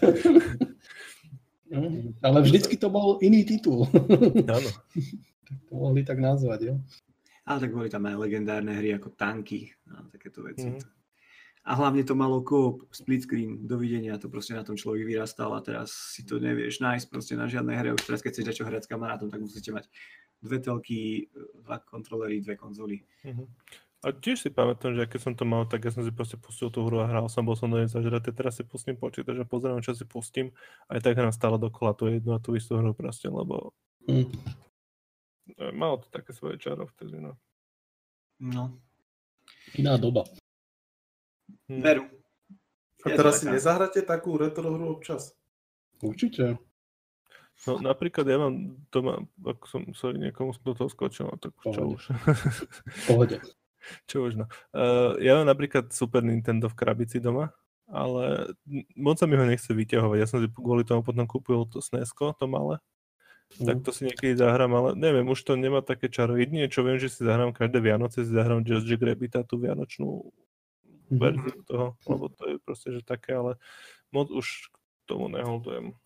S2: Ale vždycky to bol iný titul.
S4: Áno.
S2: Tak to mohli tak nazvať, jo.
S1: Ale tak boli tam aj legendárne hry ako tanky a takéto veci.
S4: Mm.
S1: A hlavne to malo co-op, split screen, dovidenia, to proste na tom človek vyrastal a teraz si to nevieš nájsť proste na žiadnej hre. Už teraz keď chceš čo hrať s kamarátom, tak musíte mať dve telky, dva kontrolery, dve konzoly.
S4: Mm-hmm. A tiež si pamätám, že keď som to mal, tak ja som si proste pustil tú hru a hral som, bol som do nej zažratý. Teraz si pustím počítač a pozerám, čo si pustím. Aj tak hrám stále dokola tú jednu a tú istú hru proste, lebo mm. malo to také svoje čaro vtedy, no.
S1: No.
S2: Iná doba.
S1: Hm. Veru.
S3: A teraz si nezahráte takú retro hru občas?
S2: Určite.
S4: No napríklad ja mám doma, ak som sorry, niekomu do toho skočil, no, tak čo už.
S2: Pohode.
S4: Čo už no. Uh, ja mám napríklad Super Nintendo v krabici doma, ale moc sa mi ho nechce vyťahovať. Ja som si kvôli tomu potom kúpil to SNESko, to malé. Mm. Tak to si niekedy zahrám, ale neviem, už to nemá také čaro. Jedine, čo viem, že si zahrám každé Vianoce, si zahrám Just Jack Rabbita, tú vianočnú mm. verziu toho, lebo to je proste, že také, ale moc už k tomu neholdujem.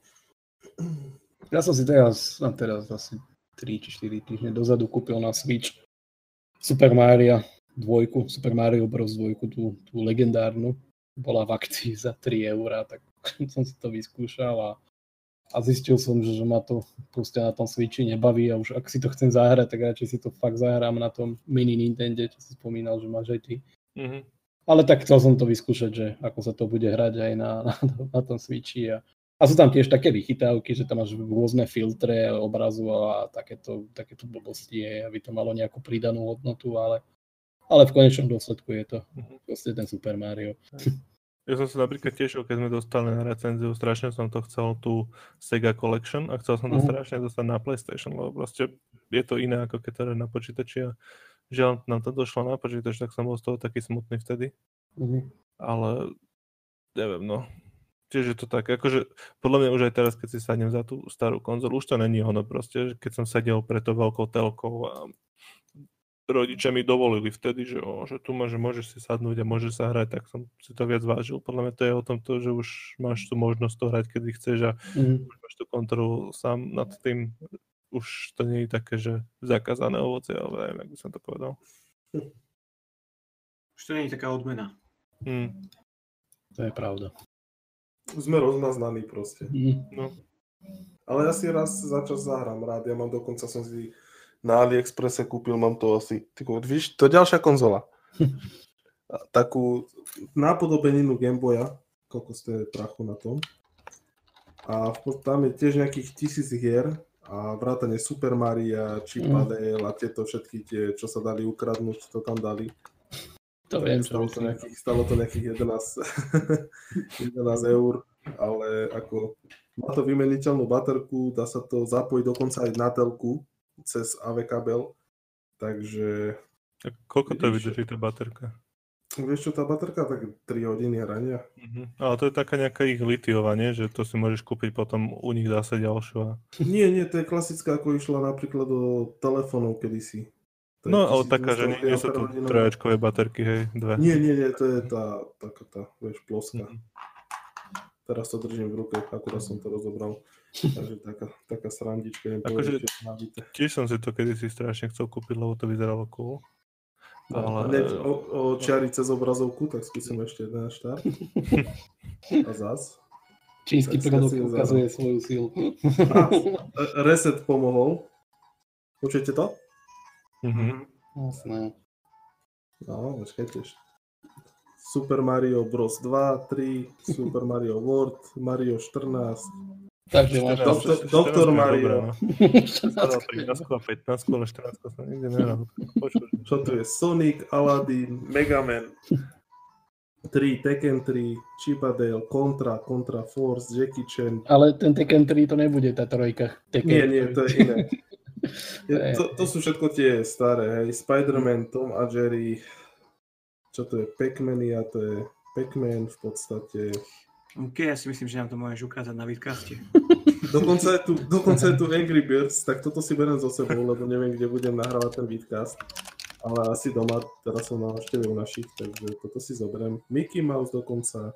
S2: Ja som si teraz, no teraz asi tri či štyri týždne dozadu kúpil na Switch Super Mario dvojku, Super Mario Bros. dvojku, tú, tú legendárnu. Bola v akcii za tri eurá, tak som si to vyskúšal a, a zistil som, že, že ma to proste na tom Switchi nebaví a už ak si to chcem zahrať, tak radšej si to fakt zahrám na tom mini Nintendo, čo si spomínal, že máš aj ty. Mm-hmm. Ale tak chcel som to vyskúšať, že ako sa to bude hrať aj na, na, na tom Switchi a A sú tam tiež také vychytávky, že tam máš rôzne filtre obrazu a takéto, takéto blbosti, aby to malo nejakú pridanú hodnotu, ale, ale v konečnom dôsledku je to proste ten Super Mario.
S4: Ja som sa napríklad tešil, keď sme dostali na recenziu, strašne som to chcel, tú Sega Collection a chcel som to mm. strašne dostať na PlayStation, lebo proste je to iné, ako keď to je na počítači a žiaľ nám to došlo na počítač, tak som bol z toho taký smutný vtedy. Mm. Ale neviem, no. Tiež je to tak, akože podľa mňa už aj teraz, keď si sadnem za tú starú konzolu, už to není ono proste, keď som sedel pred tou veľkou telkou a rodičia mi dovolili vtedy, že, o, že tu máš, že môžeš si sadnúť a môžeš sa hrať, tak som si to viac vážil. Podľa mňa to je o tom to, že už máš tú možnosť to hrať, kedy chceš a mm. už máš tú kontrolu sám nad tým. Už to nie je také, že zakázané ovocie, ale neviem, jak by som to povedal.
S1: Už to nie je taká odmena.
S4: Mm.
S2: To je pravda.
S3: Sme rozmaznaní proste.
S2: Mm.
S4: No.
S3: Ale ja si raz za čas zahrám rád. Ja mám dokonca, som si na AliExpresse kúpil, mám to asi, tyko, víš, to je ďalšia konzola. Takú nápodobeninu Gameboya, koľko ste prachu na tom. A tam je tiež nejakých tisíc hier a vrátane Super Maria, Chipadale a tieto všetky tie, čo sa dali ukradnúť, to tam dali.
S2: To viem,
S3: stalo, to nejakých, stalo to nejakých jedenásť, jedenásť eur, ale ako má to vymeniteľnú baterku, dá sa to zapojiť dokonca aj na telku cez á vé kabel, takže...
S4: A koľko to vydrží tá baterka?
S3: Vieš čo, tá baterka tak tri hodiny hrania.
S4: Mhm. Ale to je taká nejaká ich litiová, nie? Že to si môžeš kúpiť potom u nich zase ďalšiu. A...
S3: Nie, nie, to je klasická, ako išla napríklad do telefónov kedysi. To je
S4: No, ale taká, že nie, nie sú to
S3: tisícdvesto
S4: trojačkové baterky, hej, dve.
S3: Nie, nie, nie, to je tá, taká tá, vieš, ploska.
S4: Mhm.
S3: Teraz to držím v ruke, akurát som to rozobral. Takže taká, taká srandička.
S4: Akože tiež som si to kedysi strašne chcel kúpiť, lebo to vyzeralo cool. Ale...
S3: Hneď o, o čiari cez obrazovku, tak skúsim ešte jeden štart. A zas.
S2: Čínsky
S3: Tak
S2: produkt
S3: si
S2: ukazuje svoju silu.
S3: A, reset pomohol. Počujete to?
S4: Mhm.
S2: Jasné.
S3: No, počkajte ešte. Super Mario Bros. dva, tri, Super Mario World, Mario štrnásť.
S2: Takže máš
S3: Doktor, Doktor Mario.
S4: trinásť a pätnásť, ale štrnásť sa nikde nehral.
S3: Čo tu je? Sonic, Aladdin, Mega Man tri, Tekken tri, Chip and Dale, Contra, Contra Force, Jackie Chan.
S2: Ale ten Tekken tri to nebude tá trojka. Tekken
S3: Nie, nie, to je iné. Je, to, to sú všetko tie staré, hej. Spider-Man, Tom a Jerry. Čo to je? Pac-Mania, to je Pac-Man v podstate.
S1: OK, ja si myslím, že nám to môžeš ukázať na vidcaste.
S3: Dokonca je tu, dokonca je tu Angry Birds, tak toto si beriem so sebou, lebo neviem, kde budem nahrávať ten vidcast. Ale asi doma, teraz som na návšteve u našich, takže toto si zoberiem. Mickey Mouse dokonca,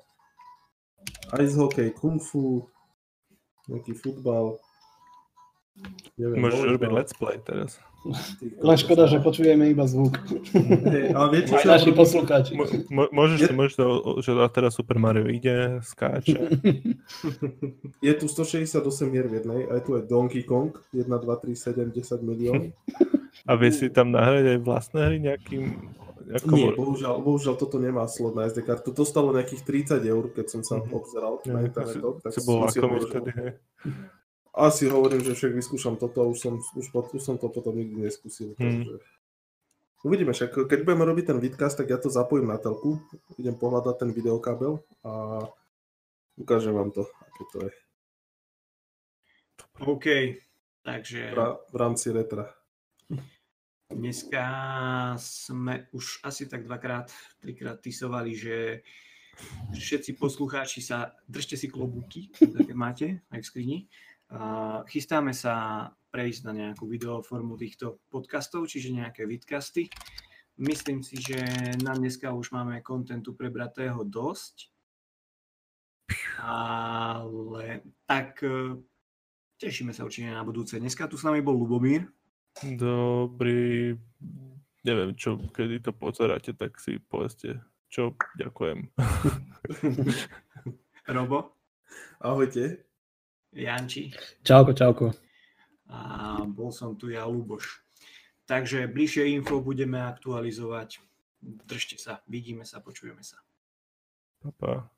S3: ice hockey, kung fu, nejaký futbal. Neviem,
S4: Môžeš
S3: volejbal.
S4: robiť let's play teraz.
S2: Len škoda, že počujeme iba zvuk.
S3: Hej, ale viete,
S2: Aj
S3: čo
S2: naši
S3: robím?
S2: poslucháči.
S4: Mo- môžeš to, môžeš to, že a teraz Super Mario ide, skáče.
S3: Je tu stošesťdesiatosem hier v jednej, aj tu je Donkey Kong, jeden, dva, tri, sedem, desať milión.
S4: A vie si tam nahrať aj vlastné hry nejakým... Ako
S3: Nie,
S4: mo-
S3: bohužiaľ, bohužiaľ toto nemá slot na es dé kartu. To stalo nejakých tridsať eur, keď som sa
S4: Mhm.
S3: obzeral
S4: Ja,
S3: na
S4: asi,
S3: internetoch. Tak
S4: si bol
S3: som si
S4: lakomý
S3: hovoril, že-
S4: vtedy, hej.
S3: Asi hovorím, že však vyskúšam toto a už som, už, pot- už som to potom nikdy neskúsil.
S4: Hmm.
S3: Takže... Uvidíme, však keď budeme robiť ten vidcast, tak ja to zapojím na telku, idem pohľadať ten videokábel a ukážem vám to, aké to je
S1: OK, takže
S3: v, ra- v rámci retra.
S1: dneska sme už asi tak dvakrát, trikrát tisovali, že všetci poslucháči sa, držte si klobúky, také máte aj v skrini. Uh, chystáme sa prejsť na nejakú videoformu týchto podcastov, čiže nejaké vidcasty. Myslím si, že na dneska už máme kontentu prebratého dosť. Ale tak uh, tešíme sa určite na budúce. Dneska tu s nami bol Lubomír.
S4: Dobrý, neviem čo, kedy to pozeráte, tak si povedzte, čo, ďakujem.
S1: Robo.
S3: Ahojte.
S1: Janči.
S2: Čauko, čauko.
S1: A bol som tu ja, Luboš. Takže bližšie info budeme aktualizovať. Držte sa, vidíme sa, počujeme sa.
S4: Pa, pa.